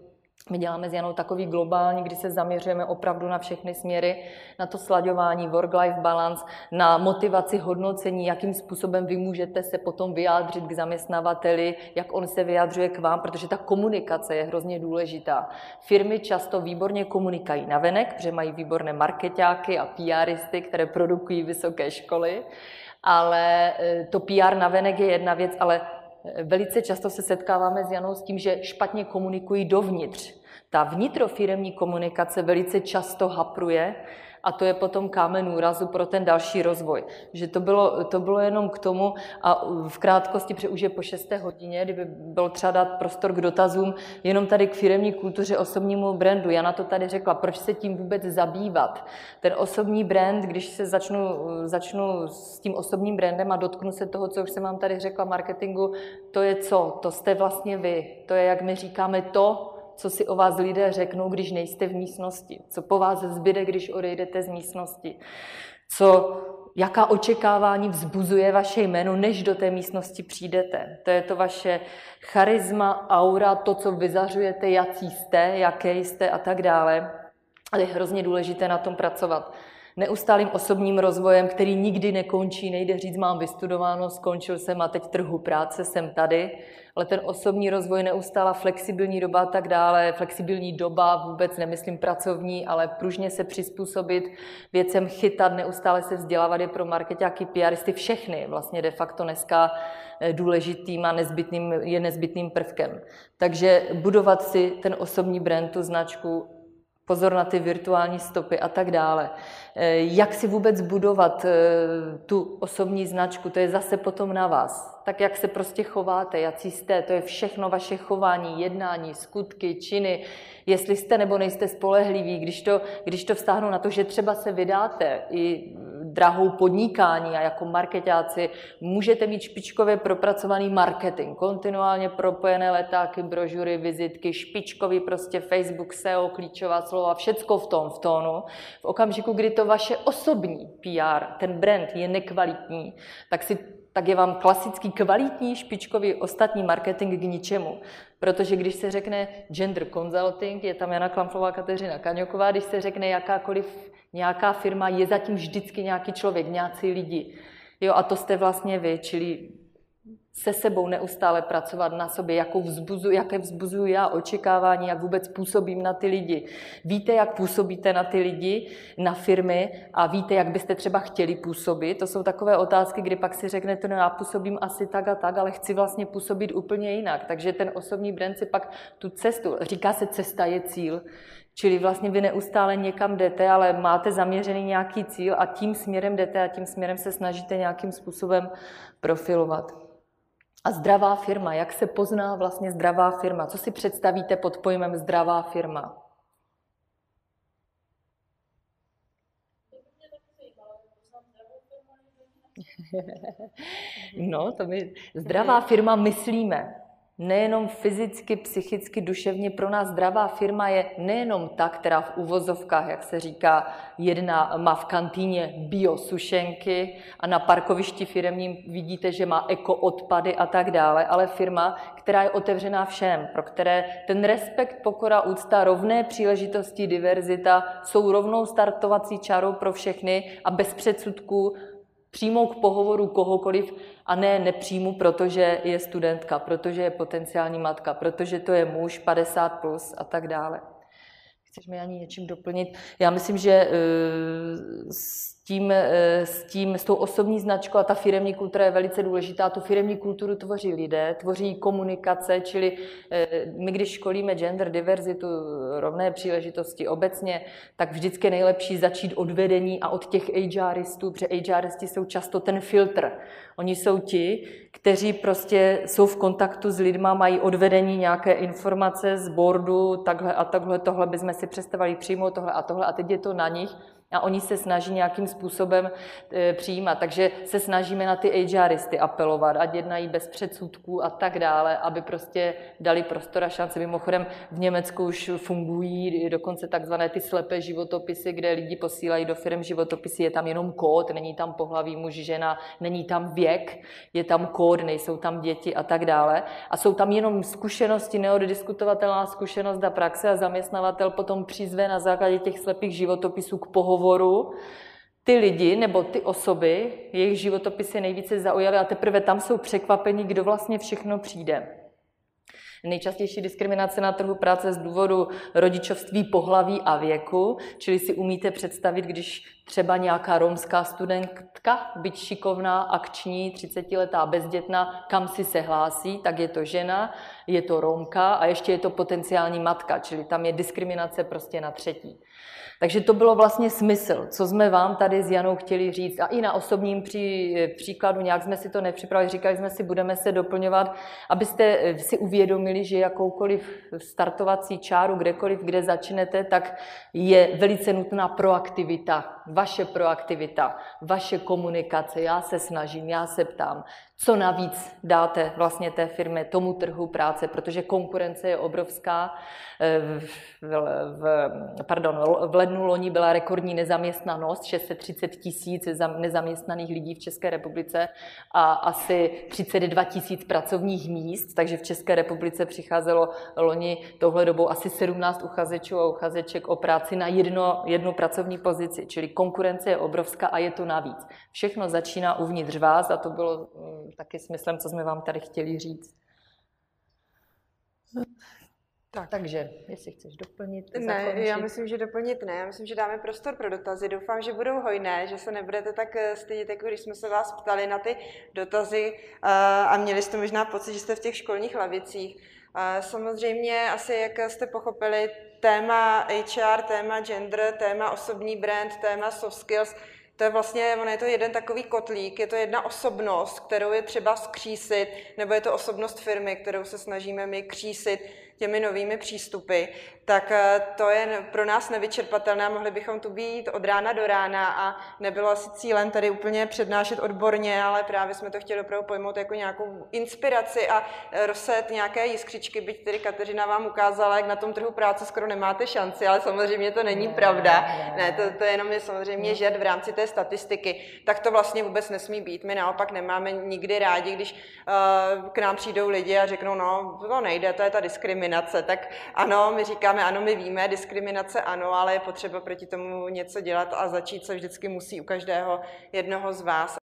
My děláme s Janou takový globální, kdy se zaměřujeme opravdu na všechny směry, na to slaďování, work-life balance, na motivaci, hodnocení, jakým způsobem vy můžete se potom vyjádřit k zaměstnavateli, jak on se vyjadřuje k vám, protože ta komunikace je hrozně důležitá. Firmy často výborně komunikují navenek, protože mají výborné markeťáky a PRisty, které produkují vysoké školy, ale to P R navenek je jedna věc, ale velice často se setkáváme s Janou s tím, že špatně komunikují dovnitř. Ta vnitrofiremní komunikace velice často hapruje a to je potom kámen úrazu pro ten další rozvoj. Že to bylo, to bylo jenom k tomu a v krátkosti, protože už je po šesté hodině, kdyby bylo třeba dát prostor k dotazům, jenom tady k firemní kultuře, osobnímu brandu. Jana to tady řekla, proč se tím vůbec zabývat. Ten osobní brand, když se začnu, začnu s tím osobním brandem a dotknu se toho, co už jsem vám tady řekla, marketingu, to je co? To jste vlastně vy. To je, jak my říkáme, to, co si o vás lidé řeknou, když nejste v místnosti, co po vás zbyde, když odejdete z místnosti, co, jaká očekávání vzbuzuje vaše jméno, než do té místnosti přijdete. To je to vaše charisma, aura, to, co vyzařujete, jací jste, jaké jste a tak dále. Ale je hrozně důležité na tom pracovat. Neustálým osobním rozvojem, který nikdy nekončí, nejde říct, mám vystudováno, skončil jsem a teď trhu práce, jsem tady, ale ten osobní rozvoj, neustála flexibilní doba a tak dále, flexibilní doba, vůbec nemyslím pracovní, ale pružně se přizpůsobit, věcem chytat, neustále se vzdělávat je pro markeťáky, PRisty, všechny vlastně de facto dneska důležitým a nezbytným, je nezbytným prvkem. Takže budovat si ten osobní brand, tu značku, pozor na ty virtuální stopy a tak dále. Jak si vůbec budovat tu osobní značku, to je zase potom na vás. Tak, jak se prostě chováte, jací jste, to je všechno vaše chování, jednání, skutky, činy, jestli jste nebo nejste spolehliví, když to, když to vztáhnu na to, že třeba se vydáte i drahou podnikání a jako marketáci můžete mít špičkově propracovaný marketing, kontinuálně propojené letáky, brožury, vizitky, špičkový prostě Facebook, S E O, klíčová slova, všecko v tom, v tónu. V okamžiku, kdy to vaše osobní P R, ten brand je nekvalitní, tak si tak je vám klasický kvalitní špičkový ostatní marketing k ničemu. Protože když se řekne gender consulting, je tam Jana Klamflová, Kateřina Kaňoková, když se řekne jakákoliv nějaká firma, je zatím vždycky nějaký člověk, nějací lidi. Jo, a to jste vlastně vy, čili se sebou neustále pracovat na sobě, jakou vzbuzu, jaké vzbuzuju já očekávání, jak vůbec působím na ty lidi. Víte, jak působíte na ty lidi, na firmy a víte, jak byste třeba chtěli působit. To jsou takové otázky, kdy pak si řeknete, no já působím asi tak a tak, ale chci vlastně působit úplně jinak. Takže ten osobní brand si pak tu cestu, říká se cesta je cíl, čili vlastně vy neustále někam jdete, ale máte zaměřený nějaký cíl a tím směrem jdete a tím směrem se snažíte nějakým způsobem profilovat. A zdravá firma, jak se pozná vlastně zdravá firma? Co si představíte pod pojmem zdravá firma? No, to my zdravá firma myslíme. Nejenom fyzicky, psychicky, duševně, pro nás zdravá firma je nejenom ta, která v uvozovkách, jak se říká, jedna má v kantýně biosušenky a na parkovišti firemním vidíte, že má ekoodpady a tak dále, ale firma, která je otevřená všem, pro které ten respekt, pokora, úcta, rovné příležitosti, diverzita jsou rovnou startovací čárou pro všechny a bez předsudků přijmou k pohovoru kohokoliv a ne nepřijmu, protože je studentka, protože je potenciální matka, protože to je muž padesát plus a tak dále. Chceš mi ani něčím doplnit? Já myslím, že s tím, s tím, s tou osobní značkou a ta firemní kultura je velice důležitá. Tu firemní kulturu tvoří lidé, tvoří komunikace, čili my, když školíme gender, diverzitu, rovné příležitosti obecně, tak vždycky je nejlepší začít od vedení a od těch HRistů, protože HRisti jsou často ten filtr. Oni jsou ti, kteří prostě jsou v kontaktu s lidma, mají od vedení nějaké informace z boardu, takhle a takhle, tohle bychom si představili přijmout, tohle a tohle a teď je to na nich, A oni se snaží nějakým způsobem e, přijímat. Takže se snažíme na ty HRisty apelovat, ať jednají bez předsudků a tak dále, aby prostě dali prostor a šance. Mimochodem v Německu už fungují dokonce takzvané ty slepé životopisy, kde lidi posílají do firm životopisy, je tam jenom kód, není tam pohlaví muž, žena, není tam věk, je tam kód, nejsou tam děti a tak dále. A jsou tam jenom zkušenosti, neoddiskutovatelná zkušenost a praxe a zaměstnavatel potom přizve na základě těch slepých životopisů k pohovoru ty lidi nebo ty osoby, jejich životopisy nejvíce zaujaly a teprve tam jsou překvapení, kdo vlastně všechno přijde. Nejčastější diskriminace na trhu práce z důvodu rodičovství, pohlaví a věku, čili si umíte představit, když třeba nějaká romská studentka, byť šikovná, akční, třicetiletá bezdětná, kam si se hlásí, tak je to žena, je to Romka a ještě je to potenciální matka, čili tam je diskriminace prostě na třetí. Takže to bylo vlastně smysl, co jsme vám tady s Janou chtěli říct. A i na osobním pří, příkladu, nějak jsme si to nepřipravili, říkali jsme si, budeme se doplňovat, abyste si uvědomili, že jakoukoliv startovací čáru, kdekoliv, kde začnete, tak je velice nutná proaktivita, vaše proaktivita, vaše komunikace. Já se snažím, já se ptám, co navíc dáte vlastně té firmě, tomu trhu práce, protože konkurence je obrovská. V, v, pardon, v lednu loni byla rekordní nezaměstnanost, šest set třicet tisíc nezaměstnaných lidí v České republice a asi třicet dva tisíc pracovních míst, takže v České republice přicházelo loni touhle dobou asi sedmnáct uchazečů a uchazeček o práci na jedno, jednu pracovní pozici, čili konkurence je obrovská a je to navíc. Všechno začíná uvnitř vás a to bylo taky smyslem, co jsme vám tady chtěli říct. Tak. Takže, jestli chceš doplnit, Ne, zakončit. já myslím, že doplnit ne. Já myslím, že dáme prostor pro dotazy. Doufám, že budou hojné, že se nebudete tak stydět, jako když jsme se vás ptali na ty dotazy a měli jste možná pocit, že jste v těch školních lavicích. Samozřejmě, asi jak jste pochopili, téma H R, téma gender, téma osobní brand, téma soft skills, to je vlastně, ono je to jeden takový kotlík, je to jedna osobnost, kterou je třeba skřísit, nebo je to osobnost firmy, kterou se snažíme my křísit těmi novými přístupy, tak to je pro nás nevyčerpatelné, mohli bychom tu být od rána do rána a nebylo asi cílem tady úplně přednášet odborně, ale právě jsme to chtěli opravdu pojmout jako nějakou inspiraci a rozset nějaké jiskřičky, byť tedy Kateřina vám ukázala, jak na tom trhu práce skoro nemáte šanci, ale samozřejmě to není ne, pravda. Ne, ne to, to je jenom je samozřejmě žet v rámci té statistiky. Tak to vlastně vůbec nesmí být. My naopak nemáme nikdy rádi, když uh, k nám přijdou lidi a řeknou, no to nejde, to je ta diskriminace. Tak ano, my říkáme, ano, my víme, diskriminace ano, ale je potřeba proti tomu něco dělat a začít se vždycky musí u každého jednoho z vás.